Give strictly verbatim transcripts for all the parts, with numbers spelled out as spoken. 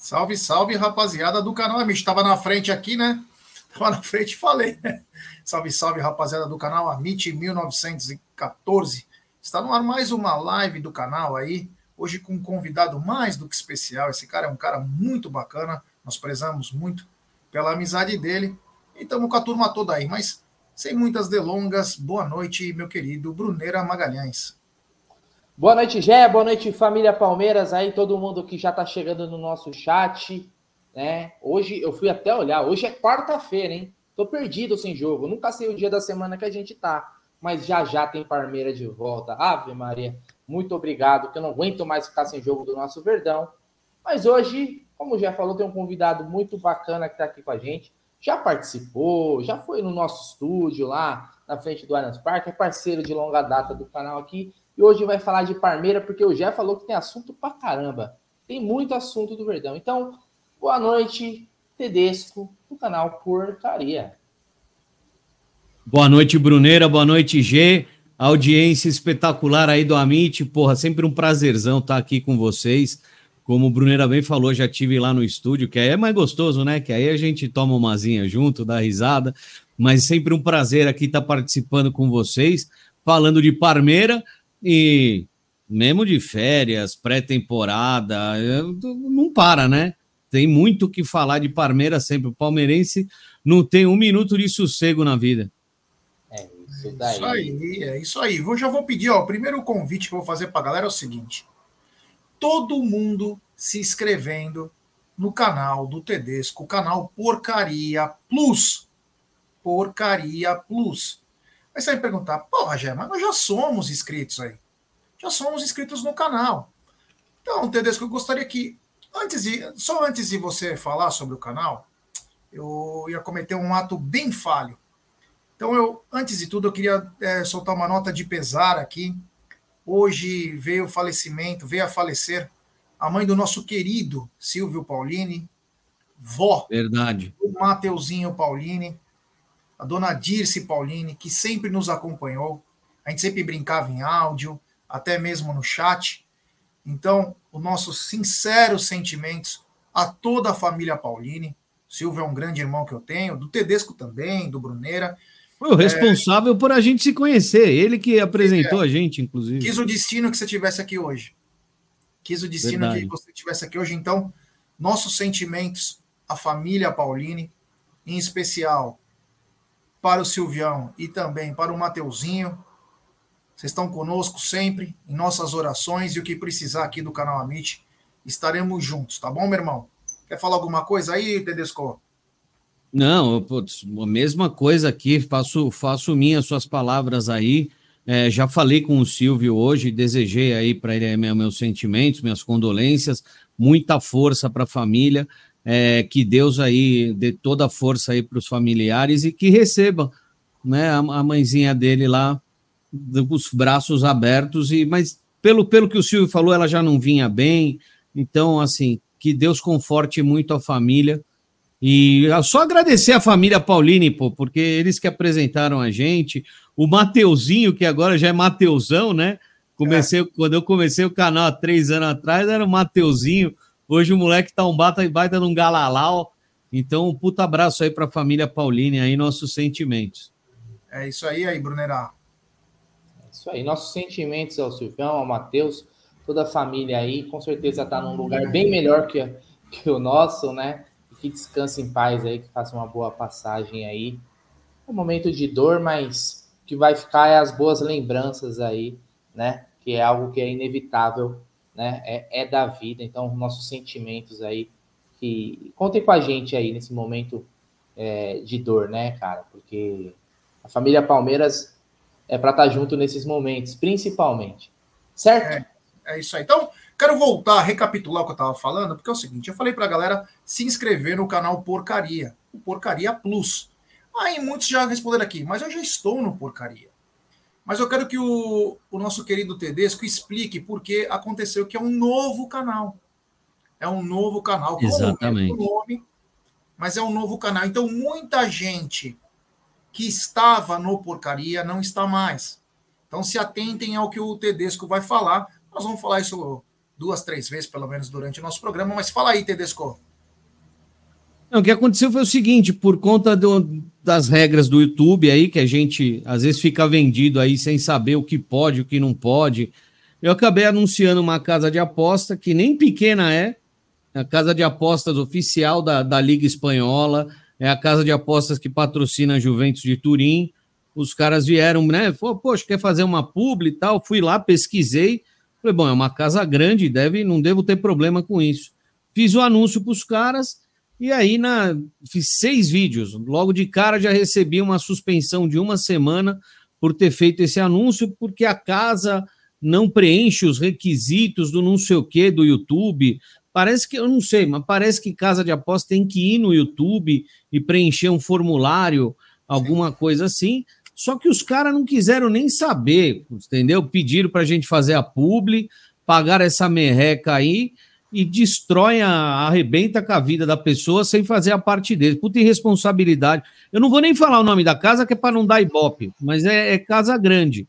Salve, salve, rapaziada do canal Amit. Estava na frente aqui, né? Estava na frente e falei, né? Salve, salve, rapaziada do canal Amit mil novecentos e quatorze. Está no ar mais uma live do canal aí. Hoje com um convidado mais do que especial. Esse cara é um cara muito bacana. Nós prezamos muito pela amizade dele. E estamos com a turma toda aí. Mas sem muitas delongas, boa noite, meu querido Bruneira Magalhães. Boa noite, Gé. Boa noite, família Palmeiras. Aí, todo mundo que já tá chegando no nosso chat, né? Hoje, eu fui até olhar, hoje é quarta-feira, hein? Tô perdido sem jogo. Nunca sei o dia da semana que a gente tá. Mas já já tem Palmeiras de volta. Ave Maria, muito obrigado, que eu não aguento mais ficar sem jogo do nosso Verdão. Mas hoje, como o Gé falou, tem um convidado muito bacana que tá aqui com a gente. Já participou, já foi no nosso estúdio lá, na frente do Allianz Parque, é parceiro de longa data do canal aqui. E hoje vai falar de Palmeiras, porque o Gé falou que tem assunto pra caramba. Tem muito assunto do Verdão. Então, boa noite, Tedesco, do canal Porcaria. Boa noite, Bruneira. Boa noite, Gê. Audiência espetacular aí do Amit. Porra, sempre um prazerzão estar aqui com vocês. Como o Bruneira bem falou, já tive lá no estúdio, que aí é mais gostoso, né? Que aí a gente toma uma zinha junto, dá risada. Mas sempre um prazer aqui estar participando com vocês, falando de Palmeiras. E mesmo de férias, pré-temporada, não para, né? Tem muito o que falar de Palmeiras sempre. O palmeirense não tem um minuto de sossego na vida. É isso daí. Isso aí, é isso aí. Eu já vou pedir, ó, o primeiro convite que eu vou fazer para a galera é o seguinte. Todo mundo se inscrevendo no canal do Tedesco, o canal Porcaria Plus. Porcaria Plus. Aí você vai me perguntar, porra, Gé, mas nós já somos inscritos aí. Já somos inscritos no canal. Então, Tedesco, eu gostaria que, antes de, só antes de você falar sobre o canal, eu ia cometer um ato bem falho. Então, eu, antes de tudo, eu queria é, soltar uma nota de pesar aqui. Hoje veio o falecimento, veio a falecer a mãe do nosso querido Silvio Paulini, vó Verdade. do Mateuzinho Paulini, a dona Dirce Paulini, que sempre nos acompanhou. A gente sempre brincava em áudio, até mesmo no chat. Então, os nossos sinceros sentimentos a toda a família Paulini. O Silvio é um grande irmão que eu tenho, do Tedesco também, do Bruneira. Foi o responsável é... por a gente se conhecer, ele que apresentou é. a gente, inclusive. Quis o destino que você estivesse aqui hoje. Quis o destino Verdade. que você estivesse aqui hoje. Então, nossos sentimentos à família Paulini, em especial para o Silvião e também para o Mateuzinho. Vocês estão conosco sempre, em nossas orações, e o que precisar aqui do canal Amit, estaremos juntos, tá bom, meu irmão? Quer falar alguma coisa aí, Tedesco? Não, putz, a mesma coisa aqui, faço, faço minhas suas palavras aí. É, já falei com o Silvio hoje, desejei aí para ele meus sentimentos, minhas condolências, muita força para a família. É, que Deus aí dê toda a força aí para os familiares e que receba, né, a, a mãezinha dele lá com os braços abertos, e, mas pelo, pelo que o Silvio falou, ela já não vinha bem, então assim, que Deus conforte muito a família, e só agradecer a família Paulini, pô, porque eles que apresentaram a gente, o Mateuzinho, que agora já é Mateuzão, né, comecei, é. quando eu comecei o canal há três anos atrás, era o Mateuzinho. Hoje o moleque tá um baita, baita num galalau. Então, um puta abraço aí pra família Paulini aí, nossos sentimentos. É isso aí, aí, Brunerá. É isso aí, nossos sentimentos ao Silvão, ao Matheus, toda a família aí, com certeza tá num lugar bem melhor que, que o nosso, né? E que descanse em paz aí, que faça uma boa passagem aí. É um momento de dor, mas o que vai ficar é as boas lembranças aí, né? Que é algo que é inevitável, né? É, é da vida. Então, nossos sentimentos aí, que contem com a gente aí nesse momento é, de dor, né, cara? Porque a família Palmeiras é para estar junto nesses momentos, principalmente. Certo? É, é isso aí. Então, quero voltar a recapitular o que eu estava falando, porque é o seguinte, eu falei para a galera se inscrever no canal Porcaria, o Porcaria Plus. Aí muitos já responderam aqui, mas eu já estou no Porcaria. Mas eu quero que o, o nosso querido Tedesco explique por que aconteceu que é um novo canal. É um novo canal, com Exatamente. o mesmo nome, mas é um novo canal. Então, muita gente que estava no Porcaria não está mais. Então, se atentem ao que o Tedesco vai falar. Nós vamos falar isso duas, três vezes, pelo menos, durante o nosso programa. Mas fala aí, Tedesco. Não, o que aconteceu foi o seguinte, por conta do, das regras do YouTube aí, que a gente às vezes fica vendido aí sem saber o que pode, o que não pode, eu acabei anunciando uma casa de aposta que nem pequena é, a casa de apostas oficial da, da Liga Espanhola, é a casa de apostas que patrocina a Juventus de Turim. Os caras vieram, né, falou, poxa, quer fazer uma publi e tal, fui lá, pesquisei, falei, bom, é uma casa grande, deve, não devo ter problema com isso. Fiz o anúncio para os caras. E aí, na, fiz seis vídeos. Logo de cara já recebi uma suspensão de uma semana por ter feito esse anúncio, porque a casa não preenche os requisitos do não sei o que do YouTube. Parece que, eu não sei, mas parece que casa de aposta tem que ir no YouTube e preencher um formulário, alguma coisa assim. Só que os caras não quiseram nem saber, entendeu? Pediram para a gente fazer a publi, pagaram essa merreca aí, e destrói, a, arrebenta com a vida da pessoa sem fazer a parte dele. Puta irresponsabilidade. Eu não vou nem falar o nome da casa, que é para não dar ibope, mas é, é casa grande.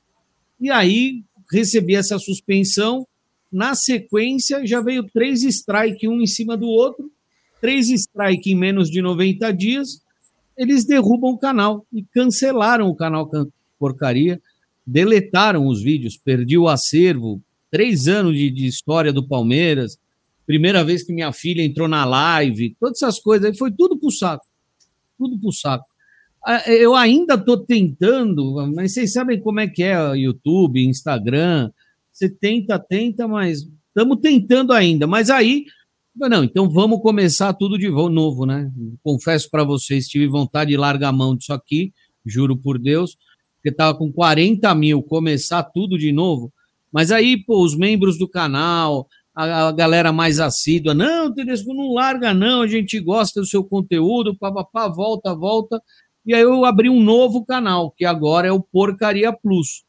E aí, recebi essa suspensão. Na sequência, já veio três strikes, um em cima do outro. Três strikes em menos de noventa dias. Eles derrubam o canal e cancelaram o canal Porcaria. Deletaram os vídeos, perdi o acervo. Três anos de, de história do Palmeiras, primeira vez que minha filha entrou na live, todas essas coisas, aí foi tudo pro saco, tudo pro saco. Eu ainda estou tentando, mas vocês sabem como é que é YouTube, Instagram, você tenta, tenta, mas estamos tentando ainda, mas aí, não, então vamos começar tudo de novo, né? Confesso para vocês, tive vontade de largar a mão disso aqui, juro por Deus, porque estava com quarenta mil, começar tudo de novo. Mas aí, pô, os membros do canal, a, a galera mais assídua, não, Tedesco, não larga não, a gente gosta do seu conteúdo, papapá, volta, volta. E aí eu abri um novo canal, que agora é o Porcaria Plus.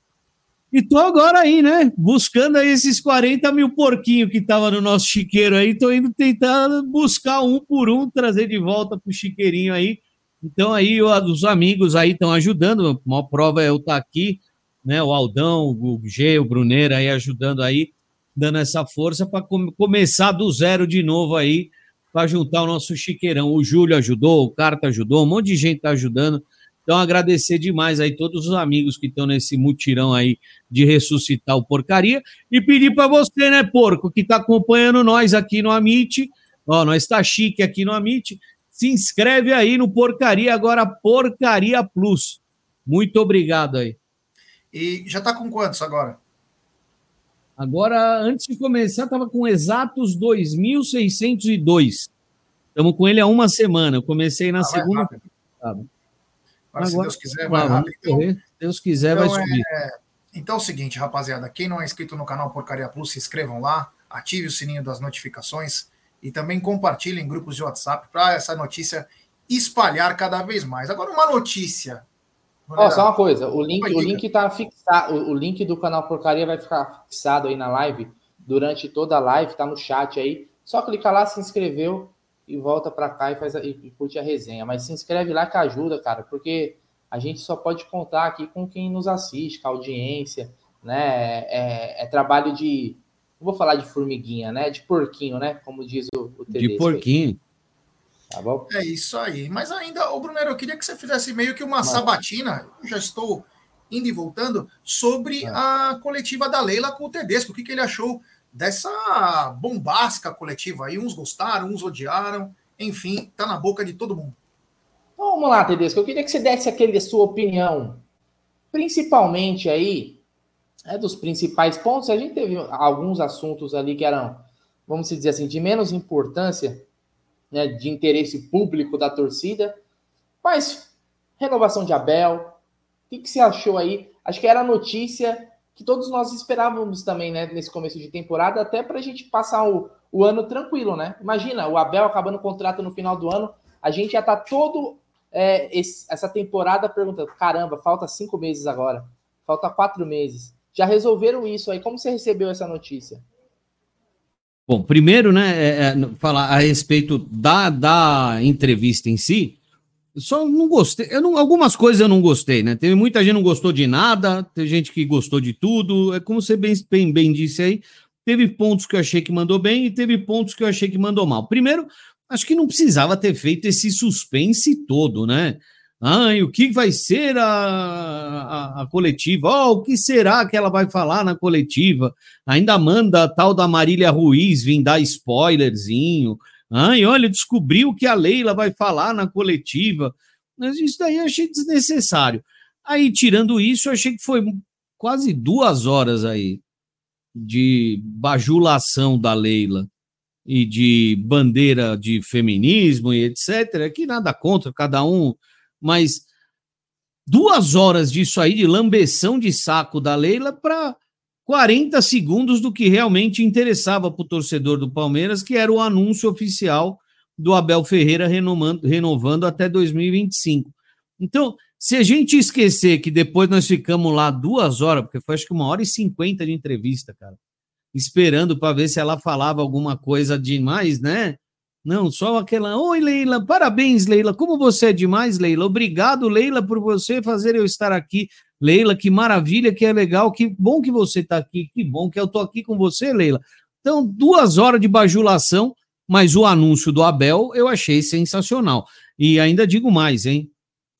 E tô agora aí, né, buscando aí esses quarenta mil porquinhos que tava no nosso chiqueiro aí, tô indo tentar buscar um por um, trazer de volta pro chiqueirinho aí. Então aí eu, os amigos aí estão ajudando, a maior prova é eu estar aqui, né, o Aldão, o G, o Bruneira aí ajudando aí, dando essa força para com- começar do zero de novo aí, para juntar o nosso chiqueirão. O Júlio ajudou, o Carta ajudou, um monte de gente está ajudando. Então, agradecer demais aí todos os amigos que estão nesse mutirão aí de ressuscitar o Porcaria e pedir para você, né, porco, que está acompanhando nós aqui no Amit, ó, nós está chique aqui no Amit, se inscreve aí no Porcaria, agora Porcaria Plus. Muito obrigado aí. E já está com quantos agora? Agora, antes de começar, estava com exatos dois mil seiscentos e dois. Estamos com ele há uma semana. Eu comecei na Ah, segunda. Agora, Agora, se Deus quiser, vai vamos rápido. Então, correr. Se Deus quiser, então, vai subir. É... então é o seguinte, rapaziada. Quem não é inscrito no canal Porcaria Plus, se inscrevam lá, ative o sininho das notificações e também compartilhem em grupos de WhatsApp para essa notícia espalhar cada vez mais. Agora, uma notícia. Ó, só uma coisa, o link, Vai, o diga. link tá fixado, o, o link do canal Porcaria vai ficar fixado aí na live, durante toda a live, tá no chat aí. Só clicar lá, se inscreveu e volta para cá e faz a, e, e curte a resenha. Mas se inscreve lá que ajuda, cara, porque a gente só pode contar aqui com quem nos assiste, com a audiência, né? É, é trabalho de, não vou falar de formiguinha, né? De porquinho, né? Como diz o, o Tedesco. De porquinho. Tá bom? É isso aí. Mas ainda, ô Brunero, eu queria que você fizesse meio que uma Mas... sabatina, eu já estou indo e voltando, sobre ah. a coletiva da Leila com o Tedesco. O que, que ele achou dessa bombástica coletiva aí? Uns gostaram, uns odiaram. Enfim, tá na boca de todo mundo. Então, vamos lá, Tedesco. Eu queria que você desse aquele a sua opinião. Principalmente aí, é, dos principais pontos. A gente teve alguns assuntos ali que eram, vamos dizer assim, de menos importância, né, de interesse público da torcida, mas renovação de Abel, o que, que você achou aí? Acho que era a notícia que todos nós esperávamos também, né, nesse começo de temporada, até para a gente passar o, o ano tranquilo, né? Imagina, o Abel acabando o contrato no final do ano, a gente já tá todo é, esse, essa temporada perguntando, caramba, falta cinco meses agora, falta quatro meses. Já resolveram isso aí? Como você recebeu essa notícia? Bom, primeiro, né, é, é, falar a respeito da, da entrevista em si, só não gostei, eu não, algumas coisas eu não gostei, né, teve muita gente que não gostou de nada, teve gente que gostou de tudo, é como você bem, bem, bem disse aí, teve pontos que eu achei que mandou bem e teve pontos que eu achei que mandou mal. Primeiro, acho que não precisava ter feito esse suspense todo, né? Ah, e o que vai ser a, a, a coletiva? Oh, o que será que ela vai falar na coletiva? Ainda manda a tal da Marília Ruiz vir dar spoilerzinho. Ah, e olha, descobriu que a Leila vai falar na coletiva. Mas isso daí eu achei desnecessário. Aí, tirando isso, eu achei que foi quase duas horas aí de bajulação da Leila e de bandeira de feminismo e etcétera, que nada contra, cada um, mas duas horas disso aí, de lambeção de saco da Leila, para quarenta segundos do que realmente interessava para o torcedor do Palmeiras, que era o anúncio oficial do Abel Ferreira renovando, renovando até dois mil e vinte e cinco. Então, se a gente esquecer que depois nós ficamos lá duas horas, porque foi acho que uma hora e cinquenta de entrevista, cara, esperando para ver se ela falava alguma coisa demais, né? Não, só aquela, oi Leila, parabéns Leila, como você é demais Leila, obrigado Leila por você fazer eu estar aqui, Leila, que maravilha, que é legal, que bom que você está aqui, que bom que eu tô aqui com você Leila. Então, duas horas de bajulação, mas o anúncio do Abel eu achei sensacional. E ainda digo mais, hein,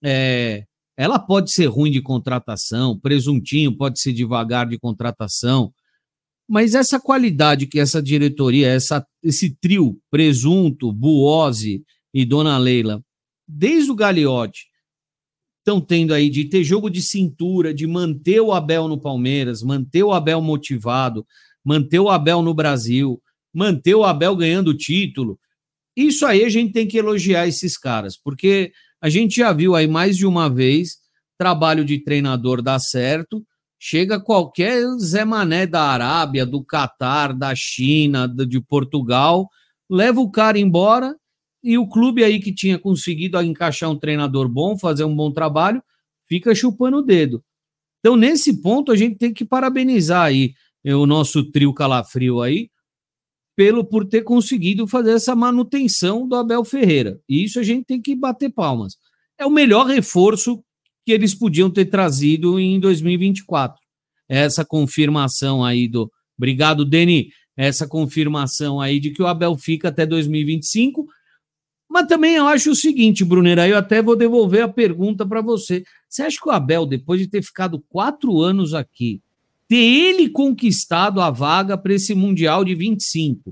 é, ela pode ser ruim de contratação, presuntinho pode ser devagar de contratação, mas essa qualidade que essa diretoria, essa, esse trio, Presunto, Buozzi e Dona Leila, desde o Gagliotti, estão tendo aí de ter jogo de cintura, de manter o Abel no Palmeiras, manter o Abel motivado, manter o Abel no Brasil, manter o Abel ganhando título. Isso aí a gente tem que elogiar esses caras, porque a gente já viu aí mais de uma vez trabalho de treinador dar certo, chega qualquer Zé Mané da Arábia, do Catar, da China, de Portugal, leva o cara embora e o clube aí que tinha conseguido encaixar um treinador bom, fazer um bom trabalho, fica chupando o dedo. Então, nesse ponto, a gente tem que parabenizar aí o nosso trio calafrio aí, pelo, por ter conseguido fazer essa manutenção do Abel Ferreira. E isso a gente tem que bater palmas. É o melhor reforço que eles podiam ter trazido em dois mil e vinte e quatro. Essa confirmação aí do... Obrigado, Deni. Essa confirmação aí de que o Abel fica até dois mil e vinte e cinco. Mas também eu acho o seguinte, Brunera, eu até vou devolver a pergunta para você. Você acha que o Abel, depois de ter ficado quatro anos aqui, ter ele conquistado a vaga para esse Mundial de vinte e cinco,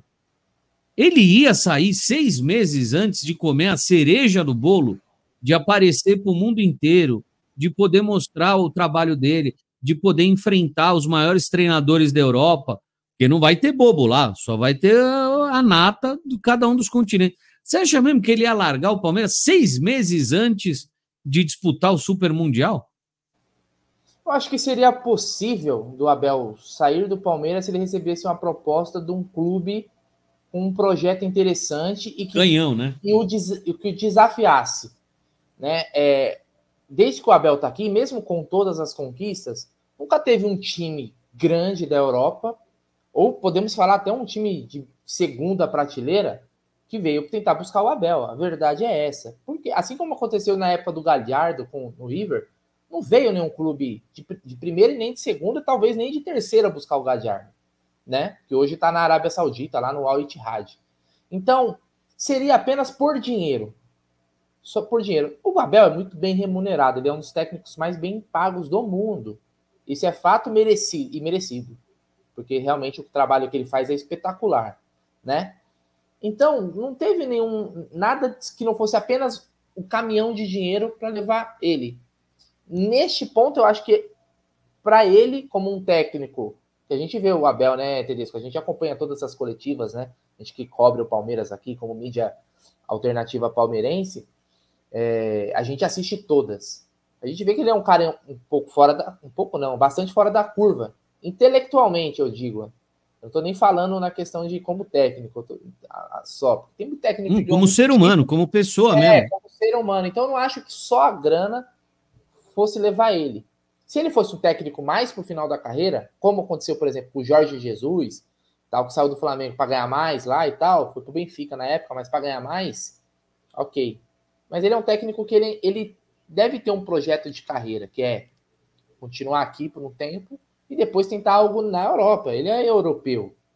ele ia sair seis meses antes de comer a cereja do bolo, de aparecer para o mundo inteiro, de poder mostrar o trabalho dele, de poder enfrentar os maiores treinadores da Europa, porque não vai ter bobo lá, só vai ter a nata de cada um dos continentes. Você acha mesmo que ele ia largar o Palmeiras seis meses antes de disputar o Super Mundial? Eu acho que seria possível do Abel sair do Palmeiras se ele recebesse uma proposta de um clube com um projeto interessante e que, Ganhão, né? e o, des, que o desafiasse. Né? É, desde que o Abel está aqui, mesmo com todas as conquistas, nunca teve um time grande da Europa, ou podemos falar até um time de segunda prateleira, que veio tentar buscar o Abel. A verdade é essa. Porque, assim como aconteceu na época do Galhardo com o River, não veio nenhum clube de, de primeira e nem de segunda, talvez nem de terceira buscar o Galhardo, né? Que hoje está na Arábia Saudita, lá no Al Ittihad. Então, seria apenas por dinheiro. Só por dinheiro. O Abel é muito bem remunerado, ele é um dos técnicos mais bem pagos do mundo. Isso é fato merecido, e merecido. Porque realmente o trabalho que ele faz é espetacular, né? Então, não teve nenhum nada que não fosse apenas o caminhão de dinheiro para levar ele. Neste ponto, eu acho que para ele, como um técnico, que a gente vê o Abel, né, Tedesco? A gente acompanha todas essas coletivas, né? A gente que cobre o Palmeiras aqui como mídia alternativa palmeirense, é, a gente assiste todas. A gente vê que ele é um cara um pouco fora da... Um pouco não, bastante fora da curva. Intelectualmente, eu digo. Eu não tô nem falando na questão de como técnico, tô, a, a, só. Tem um técnico hum, como ser humano, tipo, como pessoa é, mesmo. como ser humano. Então eu não acho que só a grana fosse levar ele. Se ele fosse um técnico mais pro final da carreira, como aconteceu, por exemplo, com o Jorge Jesus, tal, que saiu do Flamengo para ganhar mais lá e tal, foi pro Benfica na época, mas para ganhar mais, ok. Mas ele é um técnico que ele, ele deve ter um projeto de carreira, que é continuar aqui por um tempo e depois tentar algo na Europa. Ele é europeu,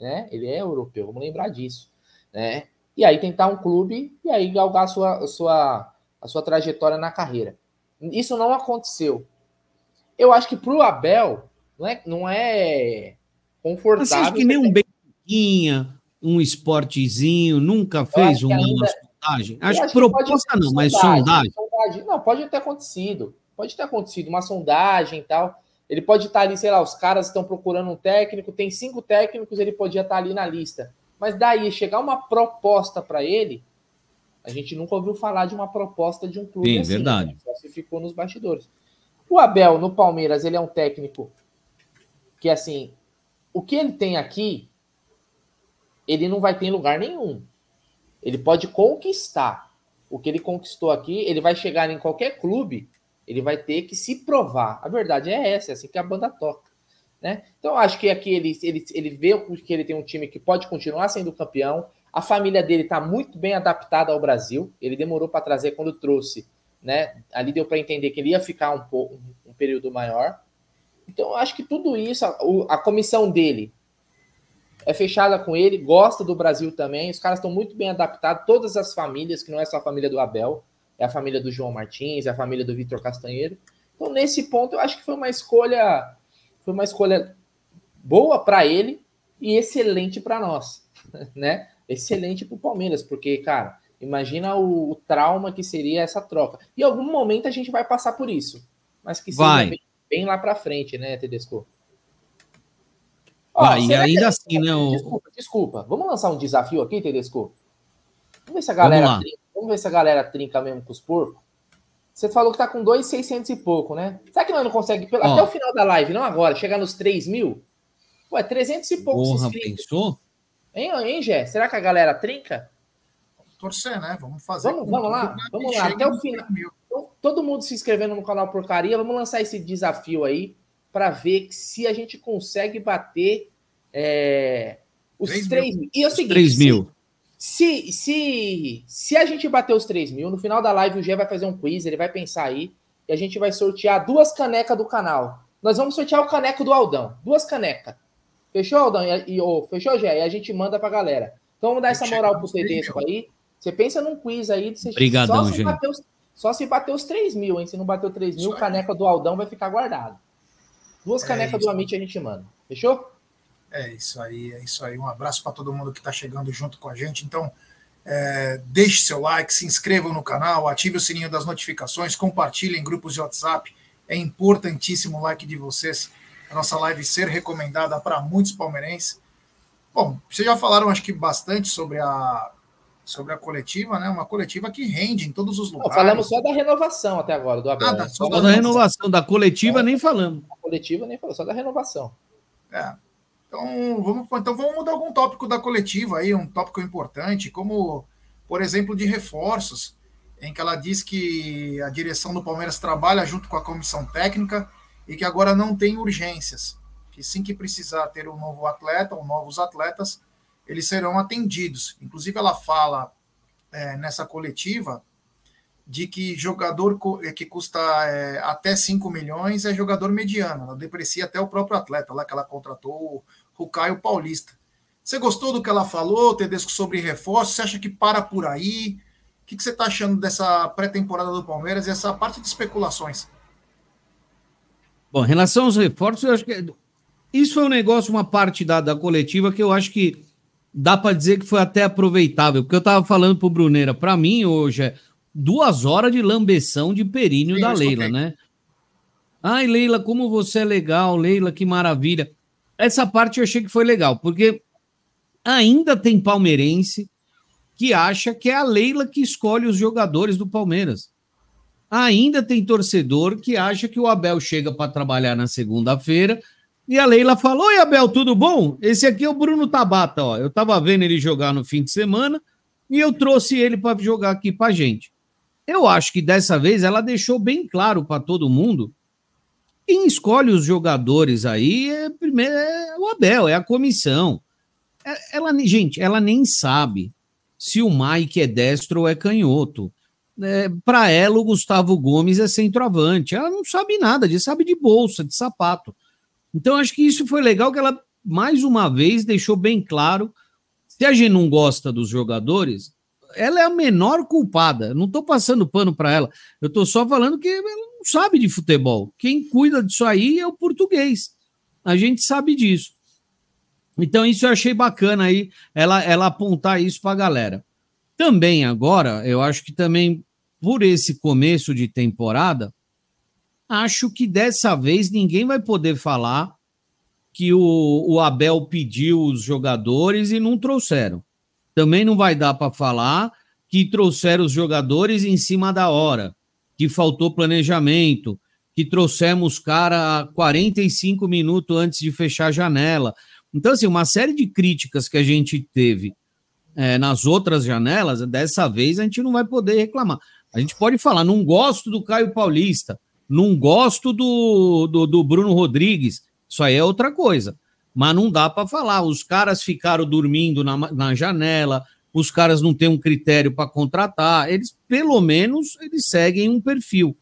né? Ele é europeu, vamos lembrar disso, né? E aí tentar um clube e aí galgar a sua, a sua, a sua trajetória na carreira. Isso não aconteceu. Eu acho que para o Abel não é, não é confortável. Você acha que nem um Benfiquinha, um esportezinho, nunca fez uma ainda, sondagem? Acho, acho que proposta não, mas sondagem. sondagem. Não, pode ter acontecido. Pode ter acontecido uma sondagem e tal. Ele pode estar ali, sei lá, os caras estão procurando um técnico, tem cinco técnicos, ele podia estar ali na lista. Mas daí, chegar uma proposta para ele, a gente nunca ouviu falar de uma proposta de um clube Sim, assim. Verdade. Né? Só se ficou nos bastidores. O Abel, no Palmeiras, ele é um técnico que, assim, o que ele tem aqui, ele não vai ter em lugar nenhum. Ele pode conquistar. O que ele conquistou aqui, ele vai chegar em qualquer clube, ele vai ter que se provar. A verdade é essa, é assim que a banda toca. Né? Então, acho que aqui ele, ele, ele vê que ele tem um time que pode continuar sendo campeão. A família dele está muito bem adaptada ao Brasil. Ele demorou para trazer quando trouxe. Né? Ali deu para entender que ele ia ficar um, pouco, um período maior. Então, eu acho que tudo isso, a, a comissão dele é fechada com ele, gosta do Brasil também. Os caras estão muito bem adaptados, todas as famílias, que não é só a família do Abel, é a família do João Martins, é a família do Vitor Castanheiro. Então, nesse ponto, eu acho que foi uma escolha, foi uma escolha boa para ele e excelente para nós, né? Excelente para o Palmeiras, porque, cara, imagina o, o trauma que seria essa troca. Em algum momento a gente vai passar por isso, mas que seja bem, bem lá para frente, né, Tedesco? Ó, e ainda assim, né? O... Desculpa, desculpa. Vamos lançar um desafio aqui, Tedesco? Vamos ver se a galera Vamos, trinca. Vamos ver se a galera trinca mesmo com os porcos. Você falou que tá com dois mil e seiscentos e pouco, né? Será que nós não conseguimos, Ó, até o final da live, não agora, chegar nos três mil? Ué, trezentos e poucos inscritos. Pensou? Hein, hein, Gé? Será que a galera trinca? Vamos torcer, né? Vamos fazer. Vamos, vamos lá, vamos lá. Até o final. Todo mundo se inscrevendo no canal Porcaria. Vamos lançar esse desafio aí para ver se a gente consegue bater é, os três mil. E é o seguinte, três mil. Se, se, se a gente bater os três mil, no final da live o Gé vai fazer um quiz, ele vai pensar aí, e a gente vai sortear duas canecas do canal. Nós vamos sortear o caneco do Aldão. Duas canecas. Fechou, Aldão? E, e, oh, fechou, Gé? E a gente manda pra galera. Então vamos dar essa moral pro Tedesco aí. Você pensa num quiz aí. Você Obrigadão, só se gente. Bater os, só se bater os três mil, hein? Se não bater os três mil, caneca do Aldão vai ficar guardado. Duas canecas é do Amit a gente manda. Fechou? É isso aí, é isso aí. Um abraço para todo mundo que está chegando junto com a gente. Então, é, deixe seu like, se inscreva no canal, ative o sininho das notificações, compartilhe em grupos de WhatsApp. É importantíssimo o like de vocês, a nossa live ser recomendada para muitos palmeirenses. Bom, vocês já falaram, acho que bastante sobre a, sobre a coletiva, né? Uma coletiva que rende em todos os lugares. Não, falamos só da renovação até agora, do Abel. Ah, só, só da, da renovação, da coletiva é, nem falamos. A coletiva nem falou, só da renovação. É. Então vamos, então vamos mudar algum tópico da coletiva aí, um tópico importante, como, por exemplo, de reforços, em que ela diz que a direção do Palmeiras trabalha junto com a comissão técnica e que agora não tem urgências, que sim que precisar ter um novo atleta ou novos atletas, eles serão atendidos. Inclusive ela fala é, nessa coletiva de que jogador que custa é, até cinco milhões é jogador mediano, ela deprecia até o próprio atleta lá que ela contratou, o Caio Paulista. Você gostou do que ela falou, Tedesco, sobre reforço? Você acha que para por aí? O que você está achando dessa pré-temporada do Palmeiras e essa parte de especulações? Bom, em relação aos reforços, eu acho que isso foi um negócio, uma parte da, da coletiva que eu acho que dá para dizer que foi até aproveitável, porque eu estava falando para o Bruneira, para mim hoje é duas horas de lambeção de períneo Sim, da Leila, né? Ai, Leila, como você é legal, Leila, que maravilha. Essa parte eu achei que foi legal, porque ainda tem palmeirense que acha que é a Leila que escolhe os jogadores do Palmeiras. Ainda tem torcedor que acha que o Abel chega para trabalhar na segunda-feira e a Leila fala: oi, Abel, tudo bom? Esse aqui é o Bruno Tabata, ó. Eu tava vendo ele jogar no fim de semana e eu trouxe ele para jogar aqui pra gente. Eu acho que dessa vez ela deixou bem claro para todo mundo quem escolhe os jogadores aí é, primeiro, é o Abel, é a comissão. Ela, gente, ela nem sabe se o Mike é destro ou é canhoto. É, para ela, o Gustavo Gomes é centroavante. Ela não sabe nada disso, sabe de bolsa, de sapato. Então, acho que isso foi legal, que ela mais uma vez, deixou bem claro, se a gente não gosta dos jogadores, ela é a menor culpada. Não estou passando pano para ela. Eu estou só falando que ela não sabe de futebol. Quem cuida disso aí é o português. A gente sabe disso. Então, isso eu achei bacana aí, ela, ela apontar isso para a galera. Também agora, eu acho que também, por esse começo de temporada, acho que dessa vez ninguém vai poder falar que o, o Abel pediu os jogadores e não trouxeram. Também não vai dar para falar que trouxeram os jogadores em cima da hora, que faltou planejamento, que trouxemos cara quarenta e cinco minutos antes de fechar a janela. Então, assim, uma série de críticas que a gente teve é, nas outras janelas, dessa vez a gente não vai poder reclamar. A gente pode falar, não gosto do Caio Paulista, não gosto do, do, do Bruno Rodrigues, isso aí é outra coisa. Mas não dá para falar, os caras ficaram dormindo na, na janela, os caras não têm um critério para contratar, eles, pelo menos, eles seguem um perfil.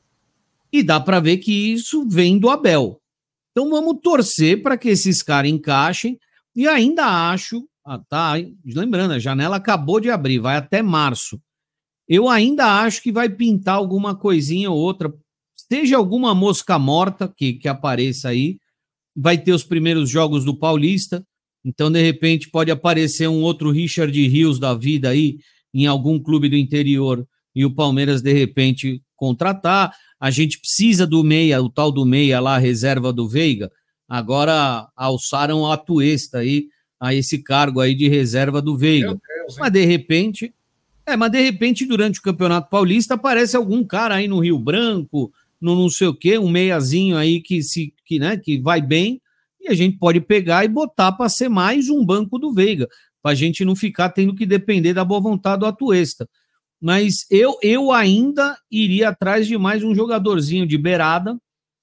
E dá para ver que isso vem do Abel. Então vamos torcer para que esses caras encaixem, e ainda acho, ah, tá, lembrando, a janela acabou de abrir, vai até março. Eu ainda acho que vai pintar alguma coisinha ou outra, seja alguma mosca morta que, que apareça aí, vai ter os primeiros jogos do Paulista, então de repente pode aparecer um outro Richard Rios da vida aí, em algum clube do interior, e o Palmeiras de repente contratar. A gente precisa do meia, o tal do meia lá, reserva do Veiga, agora alçaram a Atuesta aí, a esse cargo aí de reserva do Veiga. Deus, mas de repente, é, mas de repente durante o Campeonato Paulista aparece algum cara aí no Rio Branco, no não sei o quê, um meiazinho aí que, se, que, né, que vai bem, e a gente pode pegar e botar para ser mais um banco do Veiga, para a gente não ficar tendo que depender da boa vontade do Atuesta. Mas eu, eu ainda iria atrás de mais um jogadorzinho de beirada,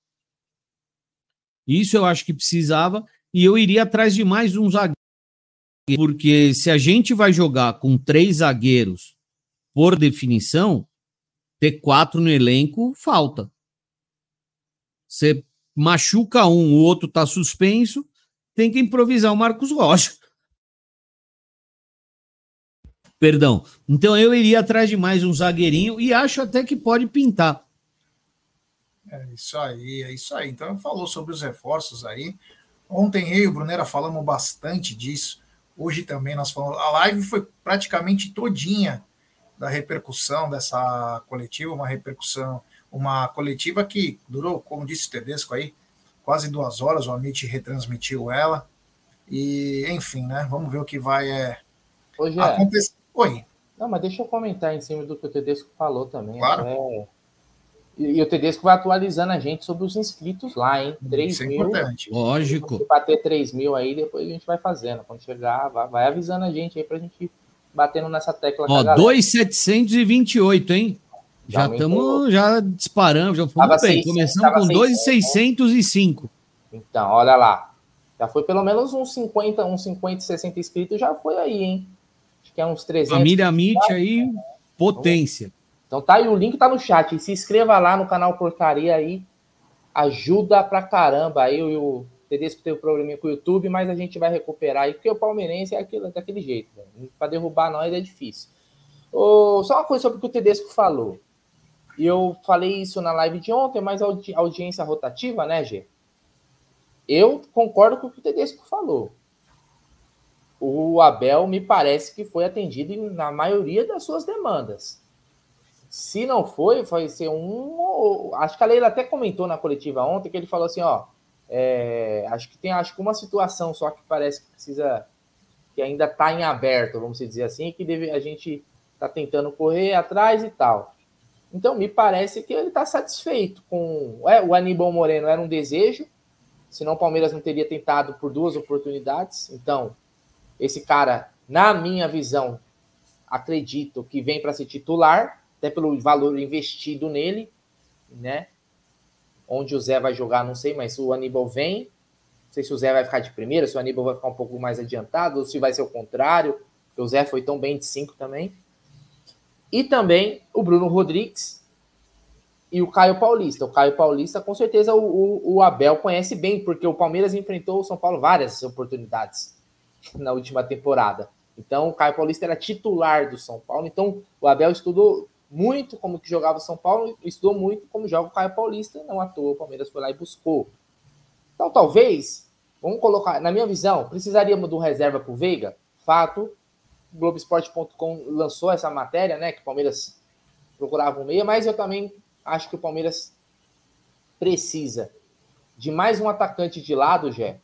isso eu acho que precisava, e eu iria atrás de mais um zagueiro, porque se a gente vai jogar com três zagueiros, por definição, ter quatro no elenco, falta. Você machuca um, o outro está suspenso, tem que improvisar o Marcos Rocha. Perdão. Então eu iria atrás de mais um zagueirinho e acho até que pode pintar. É isso aí, é isso aí. Então falou sobre os reforços aí. Ontem eu e o Brunera falamos bastante disso. Hoje também nós falamos. A live foi praticamente todinha da repercussão dessa coletiva, uma repercussão, uma coletiva que durou, como disse o Tedesco aí, quase duas horas, o Amit retransmitiu ela, e enfim, né, vamos ver o que vai é, Hoje acontecer. Oi. Não, mas deixa eu comentar em cima do que o Tedesco falou também. Claro. É... E, e o Tedesco vai atualizando a gente sobre os inscritos lá, hein? três Isso é mil. importante. Lógico. Se bater três mil aí, depois a gente vai fazendo. Quando chegar, vai, vai avisando a gente aí pra gente batendo nessa tecla. Ó, dois mil setecentos e vinte e oito, hein? Já estamos já disparando, já fomos bem. seiscentos, Começamos com dois mil seiscentos e cinco. Então, olha lá. Já foi pelo menos uns cinquenta, uns cinquenta, sessenta inscritos, já foi aí, hein? Acho que é uns trezentos. Família Amit aí, potência. Então tá aí, o link tá no chat. Se inscreva lá no canal Porcaria aí. Ajuda pra caramba. Aí o Tedesco teve um probleminha com o YouTube, mas a gente vai recuperar aí, porque o palmeirense é aquilo, daquele jeito. Né? Pra derrubar nós é difícil. Oh, só uma coisa sobre o que o Tedesco falou. E eu falei isso na live de ontem, mas a audi- audiência rotativa, né, Gê? Eu concordo com o que o Tedesco falou. O Abel me parece que foi atendido na maioria das suas demandas. Se não foi, vai ser um... Acho que a Leila até comentou na coletiva ontem, que ele falou assim, ó, é, acho que tem acho que uma situação só que parece que precisa, que ainda está em aberto, vamos dizer assim, que deve, a gente está tentando correr atrás e tal. Então, me parece que ele está satisfeito com... É, o Aníbal Moreno era um desejo, senão o Palmeiras não teria tentado por duas oportunidades. Então, esse cara, na minha visão, acredito que vem para ser titular, até pelo valor investido nele, né? Onde o Zé vai jogar, não sei, mas o Aníbal vem. Não sei se o Zé vai ficar de primeira, se o Aníbal vai ficar um pouco mais adiantado, ou se vai ser o contrário, porque o Zé foi tão bem de cinco também. E também o Bruno Rodrigues. e o Caio Paulista. O Caio Paulista, com certeza, o, o, o Abel conhece bem, porque o Palmeiras enfrentou o São Paulo várias oportunidades na última temporada. Então, o Caio Paulista era titular do São Paulo. Então, o Abel estudou muito como que jogava o São Paulo, estudou muito como joga o Caio Paulista. Não à toa, o Palmeiras foi lá e buscou. Então, talvez, vamos colocar, na minha visão, precisaríamos de um reserva para o Veiga? Fato. O Globo Esporte ponto com lançou essa matéria, né? Que o Palmeiras procurava um meia, mas eu também acho que o Palmeiras precisa de mais um atacante de lado, Gé,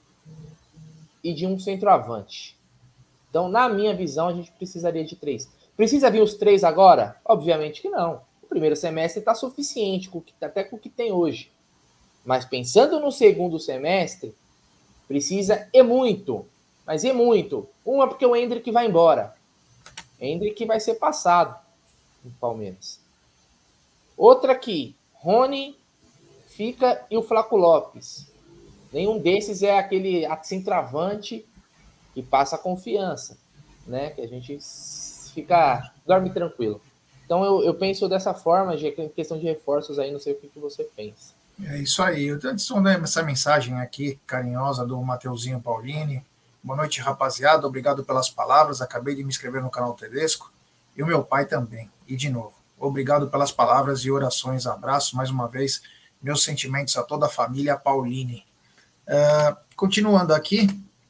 e de um centroavante. Então, na minha visão, a gente precisaria de três. Precisa vir os três agora? Obviamente que não. O primeiro semestre está suficiente, com o que, até com o que tem hoje. Mas pensando no segundo semestre, precisa e muito. Mas e muito. Uma porque o Endrick vai embora. Endrick vai ser passado no Palmeiras. Outra aqui, Rony fica e o Flaco Lopes. Nenhum desses é aquele centroavante que passa confiança, né? Que a gente fica, dorme tranquilo. Então eu, eu penso dessa forma, já que em questão de reforços aí, não sei o que, que você pensa. É isso aí. Eu estou adicionando essa mensagem aqui, carinhosa, do Mateuzinho Paulini. Boa noite, rapaziada. Obrigado pelas palavras. Acabei de me inscrever no canal Tedesco. E o meu pai também. E de novo, obrigado pelas palavras e orações. Abraço mais uma vez. Meus sentimentos a toda a família Paulini. Uh, continuando aqui,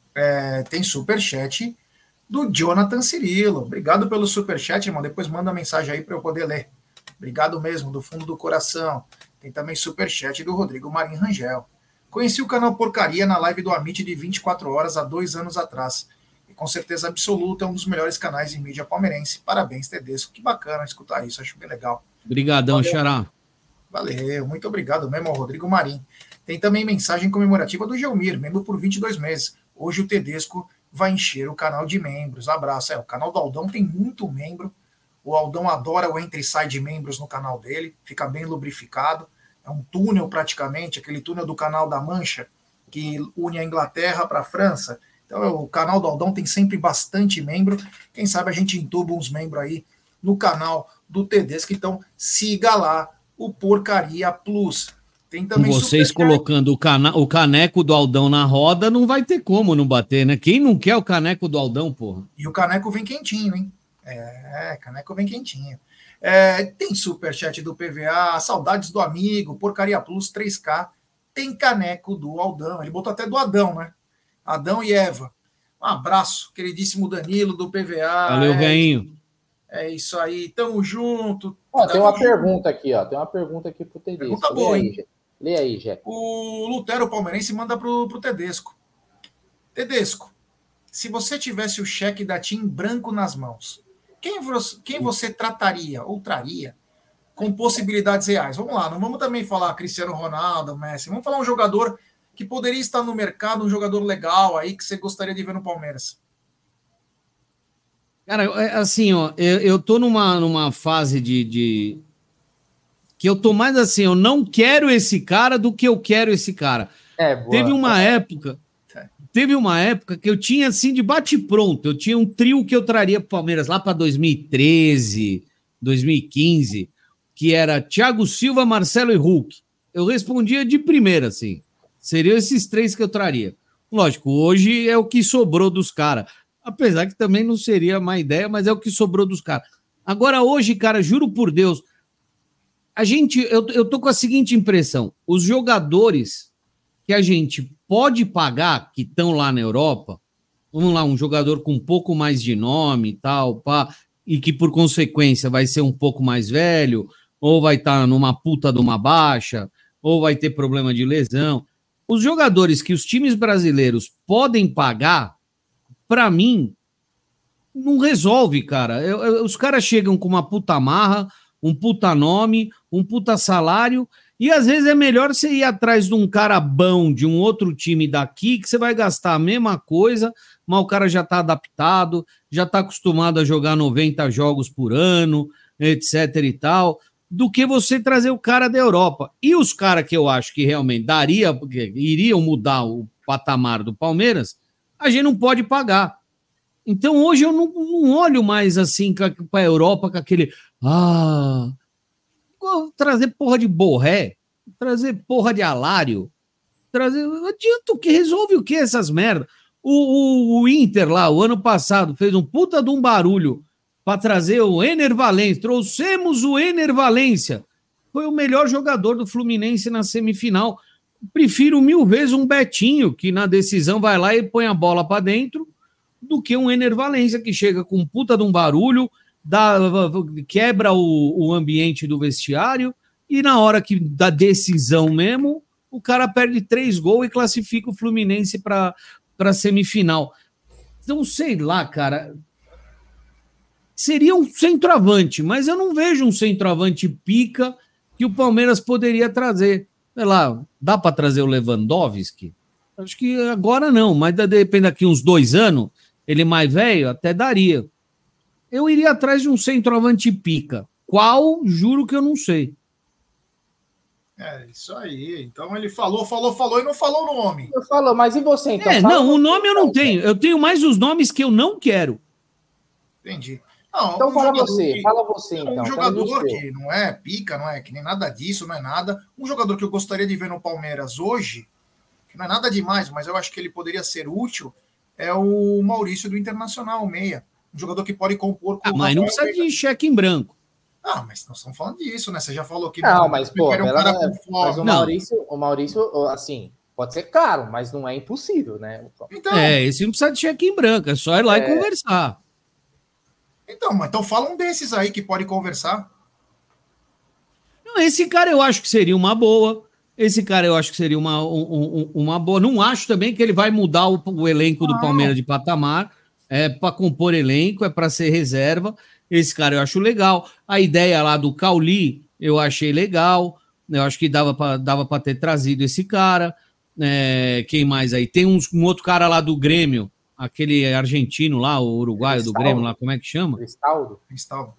é, tem superchat do Jonathan Cirilo. Obrigado pelo superchat, irmão. Depois manda a mensagem aí para eu poder ler. Obrigado mesmo, do fundo do coração. Tem também superchat do Rodrigo Marim Rangel. Conheci o canal Porcaria na live do Amit de vinte e quatro horas há dois anos atrás. E com certeza absoluta é um dos melhores canais de mídia palmeirense. Parabéns, Tedesco. Que bacana escutar isso, acho bem legal. Obrigadão, Valeu. Xará. Valeu, muito obrigado mesmo ao Rodrigo Marim. Tem também mensagem comemorativa do Gelmir, membro por vinte e dois meses. Hoje o Tedesco vai encher o canal de membros. Abraço. É, o canal do Aldão tem muito membro. O Aldão adora o entra e sai de membros no canal dele. Fica bem lubrificado. É um túnel praticamente, aquele túnel do Canal da Mancha, que une a Inglaterra para a França. Então o canal do Aldão tem sempre bastante membro. Quem sabe a gente entuba uns membros aí no canal do Tedesco. Então siga lá o Porcaria Plus. Tem também vocês superchat. Colocando o, cana o caneco do Aldão na roda, não vai ter como não bater, né? Quem não quer o caneco do Aldão, porra? E o caneco vem quentinho, hein? É, caneco vem quentinho. É, tem superchat do P V A, saudades do amigo, Porcaria Plus três K. Tem caneco do Aldão. Ele botou até do Adão, né? Adão e Eva. Um abraço, queridíssimo Danilo do P V A. Valeu, é, velhinho. É isso aí, tamo junto. Ó, tamo tem uma junto. pergunta aqui, ó. Tem uma pergunta aqui pro Tedesco. Pergunta boa, Lê aí, hein? Lê aí, Jé. O Lutero Palmeirense manda pro, pro Tedesco. Tedesco, se você tivesse o cheque da TIM branco nas mãos, quem você, quem você trataria ou traria com possibilidades reais? Vamos lá, não vamos também falar Cristiano Ronaldo, Messi. Vamos falar um jogador que poderia estar no mercado, um jogador legal aí que você gostaria de ver no Palmeiras. Cara, assim, ó, eu, eu tô numa, numa fase de, de... que eu tô mais assim, eu não quero esse cara do que eu quero esse cara. É, boa. Teve uma época, teve uma época que eu tinha assim de bate-pronto, eu tinha um trio que eu traria pro Palmeiras lá para dois mil e treze, dois mil e quinze, que era Thiago Silva, Marcelo e Hulk. Eu respondia de primeira, assim. Seriam esses três que eu traria. Lógico, hoje é o que sobrou dos caras. Apesar que também não seria má ideia, mas é o que sobrou dos caras. Agora, hoje, cara, juro por Deus, a gente, eu, eu tô com a seguinte impressão: os jogadores que a gente pode pagar, que estão lá na Europa, vamos lá, um jogador com um pouco mais de nome e tal, pá, e que por consequência vai ser um pouco mais velho, ou vai estar numa puta de uma baixa, ou vai ter problema de lesão. Os jogadores que os times brasileiros podem pagar, pra mim, não resolve, cara. Eu, eu, os caras chegam com uma puta marra, um puta nome, um puta salário, e às vezes é melhor você ir atrás de um cara bom de um outro time daqui, que você vai gastar a mesma coisa, mas o cara já tá adaptado, já tá acostumado a jogar noventa jogos por ano, etc e tal, do que você trazer o cara da Europa. E os caras que eu acho que realmente daria, iriam mudar o patamar do Palmeiras, a gente não pode pagar. Então hoje eu não, não olho mais assim para a Europa com aquele... Ah, trazer porra de Borré, trazer porra de Alário, trazer... Não adianta o que, resolve o que essas merdas? O, o, o Inter lá, o ano passado, fez um puta de um barulho para trazer o Ener Valencia. Trouxemos o Ener Valencia. Foi o melhor jogador do Fluminense na semifinal. Prefiro mil vezes um Betinho, que na decisão vai lá e põe a bola para dentro, do que um Ener Valencia, que chega com um puta de um barulho, dá, quebra o, o ambiente do vestiário, e na hora que da decisão mesmo, o cara perde três gols e classifica o Fluminense para a semifinal. Então, sei lá, cara... Seria um centroavante, mas eu não vejo um centroavante pica que o Palmeiras poderia trazer. Sei lá, dá para trazer o Lewandowski? Acho que agora não, mas de repente daqui uns dois anos, ele mais velho, até daria. Eu iria atrás de um centroavante pica. Qual? Juro que eu não sei. É, isso aí. Então ele falou, falou, falou e não falou o nome. Eu falo, mas e você então? É, não, o nome eu não tenho. Eu tenho mais os nomes que eu não quero. Entendi. Não, então um fala você, que, fala você então. Um jogador que não é pica, não é que nem nada disso, não é nada. Um jogador que eu gostaria de ver no Palmeiras hoje, que não é nada demais, mas eu acho que ele poderia ser útil, é o Maurício do Internacional, meia. Um jogador que pode compor com ah, mas não precisa de cheque em branco. Ah, mas nós estamos falando disso, né? Você já falou que não, mas pô, um cara com mas o Maurício, o Maurício, assim, pode ser caro, mas não é impossível, né? Então, é, esse não precisa de cheque em branco, é só ir lá é... e conversar. Então, mas então fala um desses aí que pode conversar. Não, esse cara eu acho que seria uma boa. Esse cara eu acho que seria uma, um, uma boa. Não acho também que ele vai mudar o, o elenco do Palmeiras de patamar. É para compor elenco, é para ser reserva. Esse cara eu acho legal. A ideia lá do Cauli eu achei legal. Eu acho que dava para dava para ter trazido esse cara. É, quem mais aí? Tem uns, um outro cara lá do Grêmio. Aquele argentino lá, o uruguaio Cristaldo. Do Grêmio lá, como é que chama? Cristaldo. Cristaldo.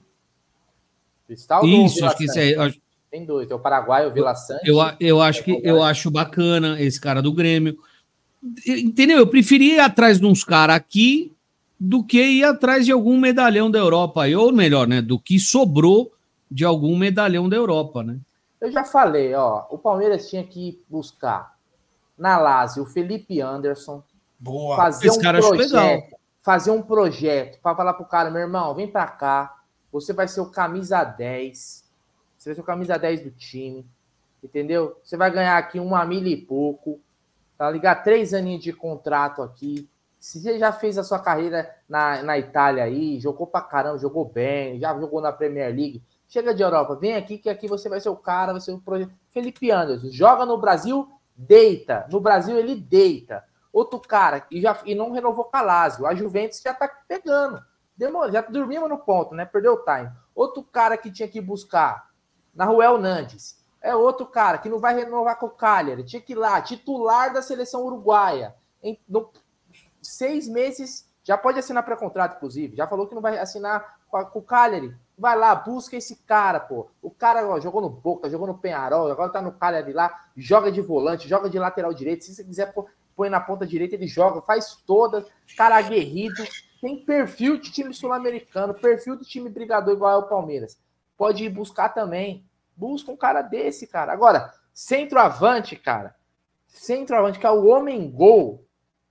Cristaldo Isso, acho que isso aí. Acho... Tem dois, tem o Paraguai, o Vila Sante. Eu, eu, acho que, eu acho bacana esse cara do Grêmio. Entendeu? Eu preferia ir atrás de uns caras aqui do que ir atrás de algum medalhão da Europa. Ou melhor, né? Do que sobrou de algum medalhão da Europa, né? Eu já falei, ó. O Palmeiras tinha que buscar na Lazio o Felipe Anderson. Boa. Fazer Esse um cara projeto, fazer um projeto para falar pro cara, meu irmão, vem para cá, você vai ser o camisa dez, você vai ser o camisa dez do time, entendeu? Você vai ganhar aqui uma milha e pouco, tá ligado? Três aninhos de contrato aqui. Se você já fez a sua carreira na, na Itália aí, jogou pra caramba, jogou bem, já jogou na Premier League, chega de Europa, vem aqui que aqui você vai ser o cara, vai ser o projeto. Felipe Anderson, joga no Brasil, deita. No Brasil ele deita. Outro cara, e, já, e não renovou com a Lazio. A Juventus já tá pegando. Demorou, já dormimos no ponto, né? Perdeu o time. Outro cara que tinha que buscar, Nahuel Nandes. É outro cara que não vai renovar com o Cagliari. Tinha que ir lá, titular da seleção uruguaia. Em no, seis meses, já pode assinar pré-contrato, inclusive. Já falou que não vai assinar com, a, com o Cagliari. Vai lá, busca esse cara, pô. O cara ó, jogou no Boca, jogou no Peñarol, agora tá no Cagliari lá, joga de volante, joga de lateral direito. Se você quiser pô, põe na ponta direita, ele joga, faz todas, cara aguerrido, tem perfil de time sul-americano, perfil de time brigador igual é o Palmeiras. Pode ir buscar também. Busca um cara desse, cara. Agora, centroavante, cara, centroavante, que é o homem-gol,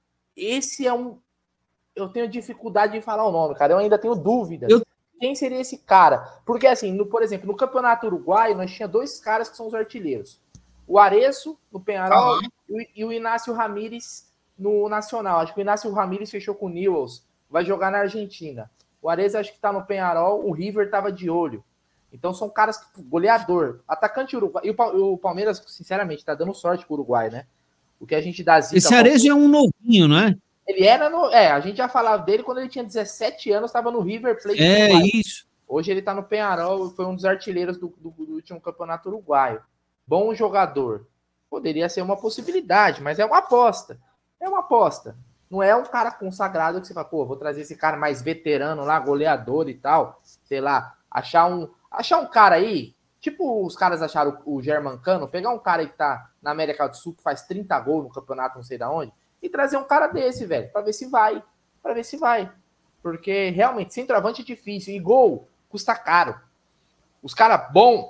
esse é um... Eu tenho dificuldade de falar o nome, cara, eu ainda tenho dúvidas. Eu... Quem seria esse cara? Porque, assim, no, por exemplo, no Campeonato Uruguaio, nós tinha dois caras que são os artilheiros. O Areço, no Peñarol, ah, e o Inácio Ramírez no Nacional. Acho que o Inácio Ramírez fechou com o Newell's, vai jogar na Argentina. O Arezo acho que tá no Peñarol, o River tava de olho. Então são caras que, goleador, atacante uruguai. E o Palmeiras, sinceramente, tá dando sorte pro Uruguai, né? O que a gente dá zica... Esse Arezo é um novinho, não é? Ele era no... É, a gente já falava dele quando ele tinha dezessete anos, estava no River Plate. É, Uruguai. Isso. Hoje ele tá no Peñarol, foi um dos artilheiros do, do, do último campeonato uruguaio. Bom jogador. Poderia ser uma possibilidade, mas é uma aposta. É uma aposta. Não é um cara consagrado que você fala, pô, vou trazer esse cara mais veterano lá, goleador e tal. Sei lá, achar um, achar um cara aí, tipo os caras acharam o Germancano, pegar um cara aí que tá na América do Sul, que faz trinta gols no campeonato, não sei da onde, e trazer um cara desse, velho, pra ver se vai. Pra ver se vai. Porque realmente, centroavante é difícil. E gol custa caro. Os caras bom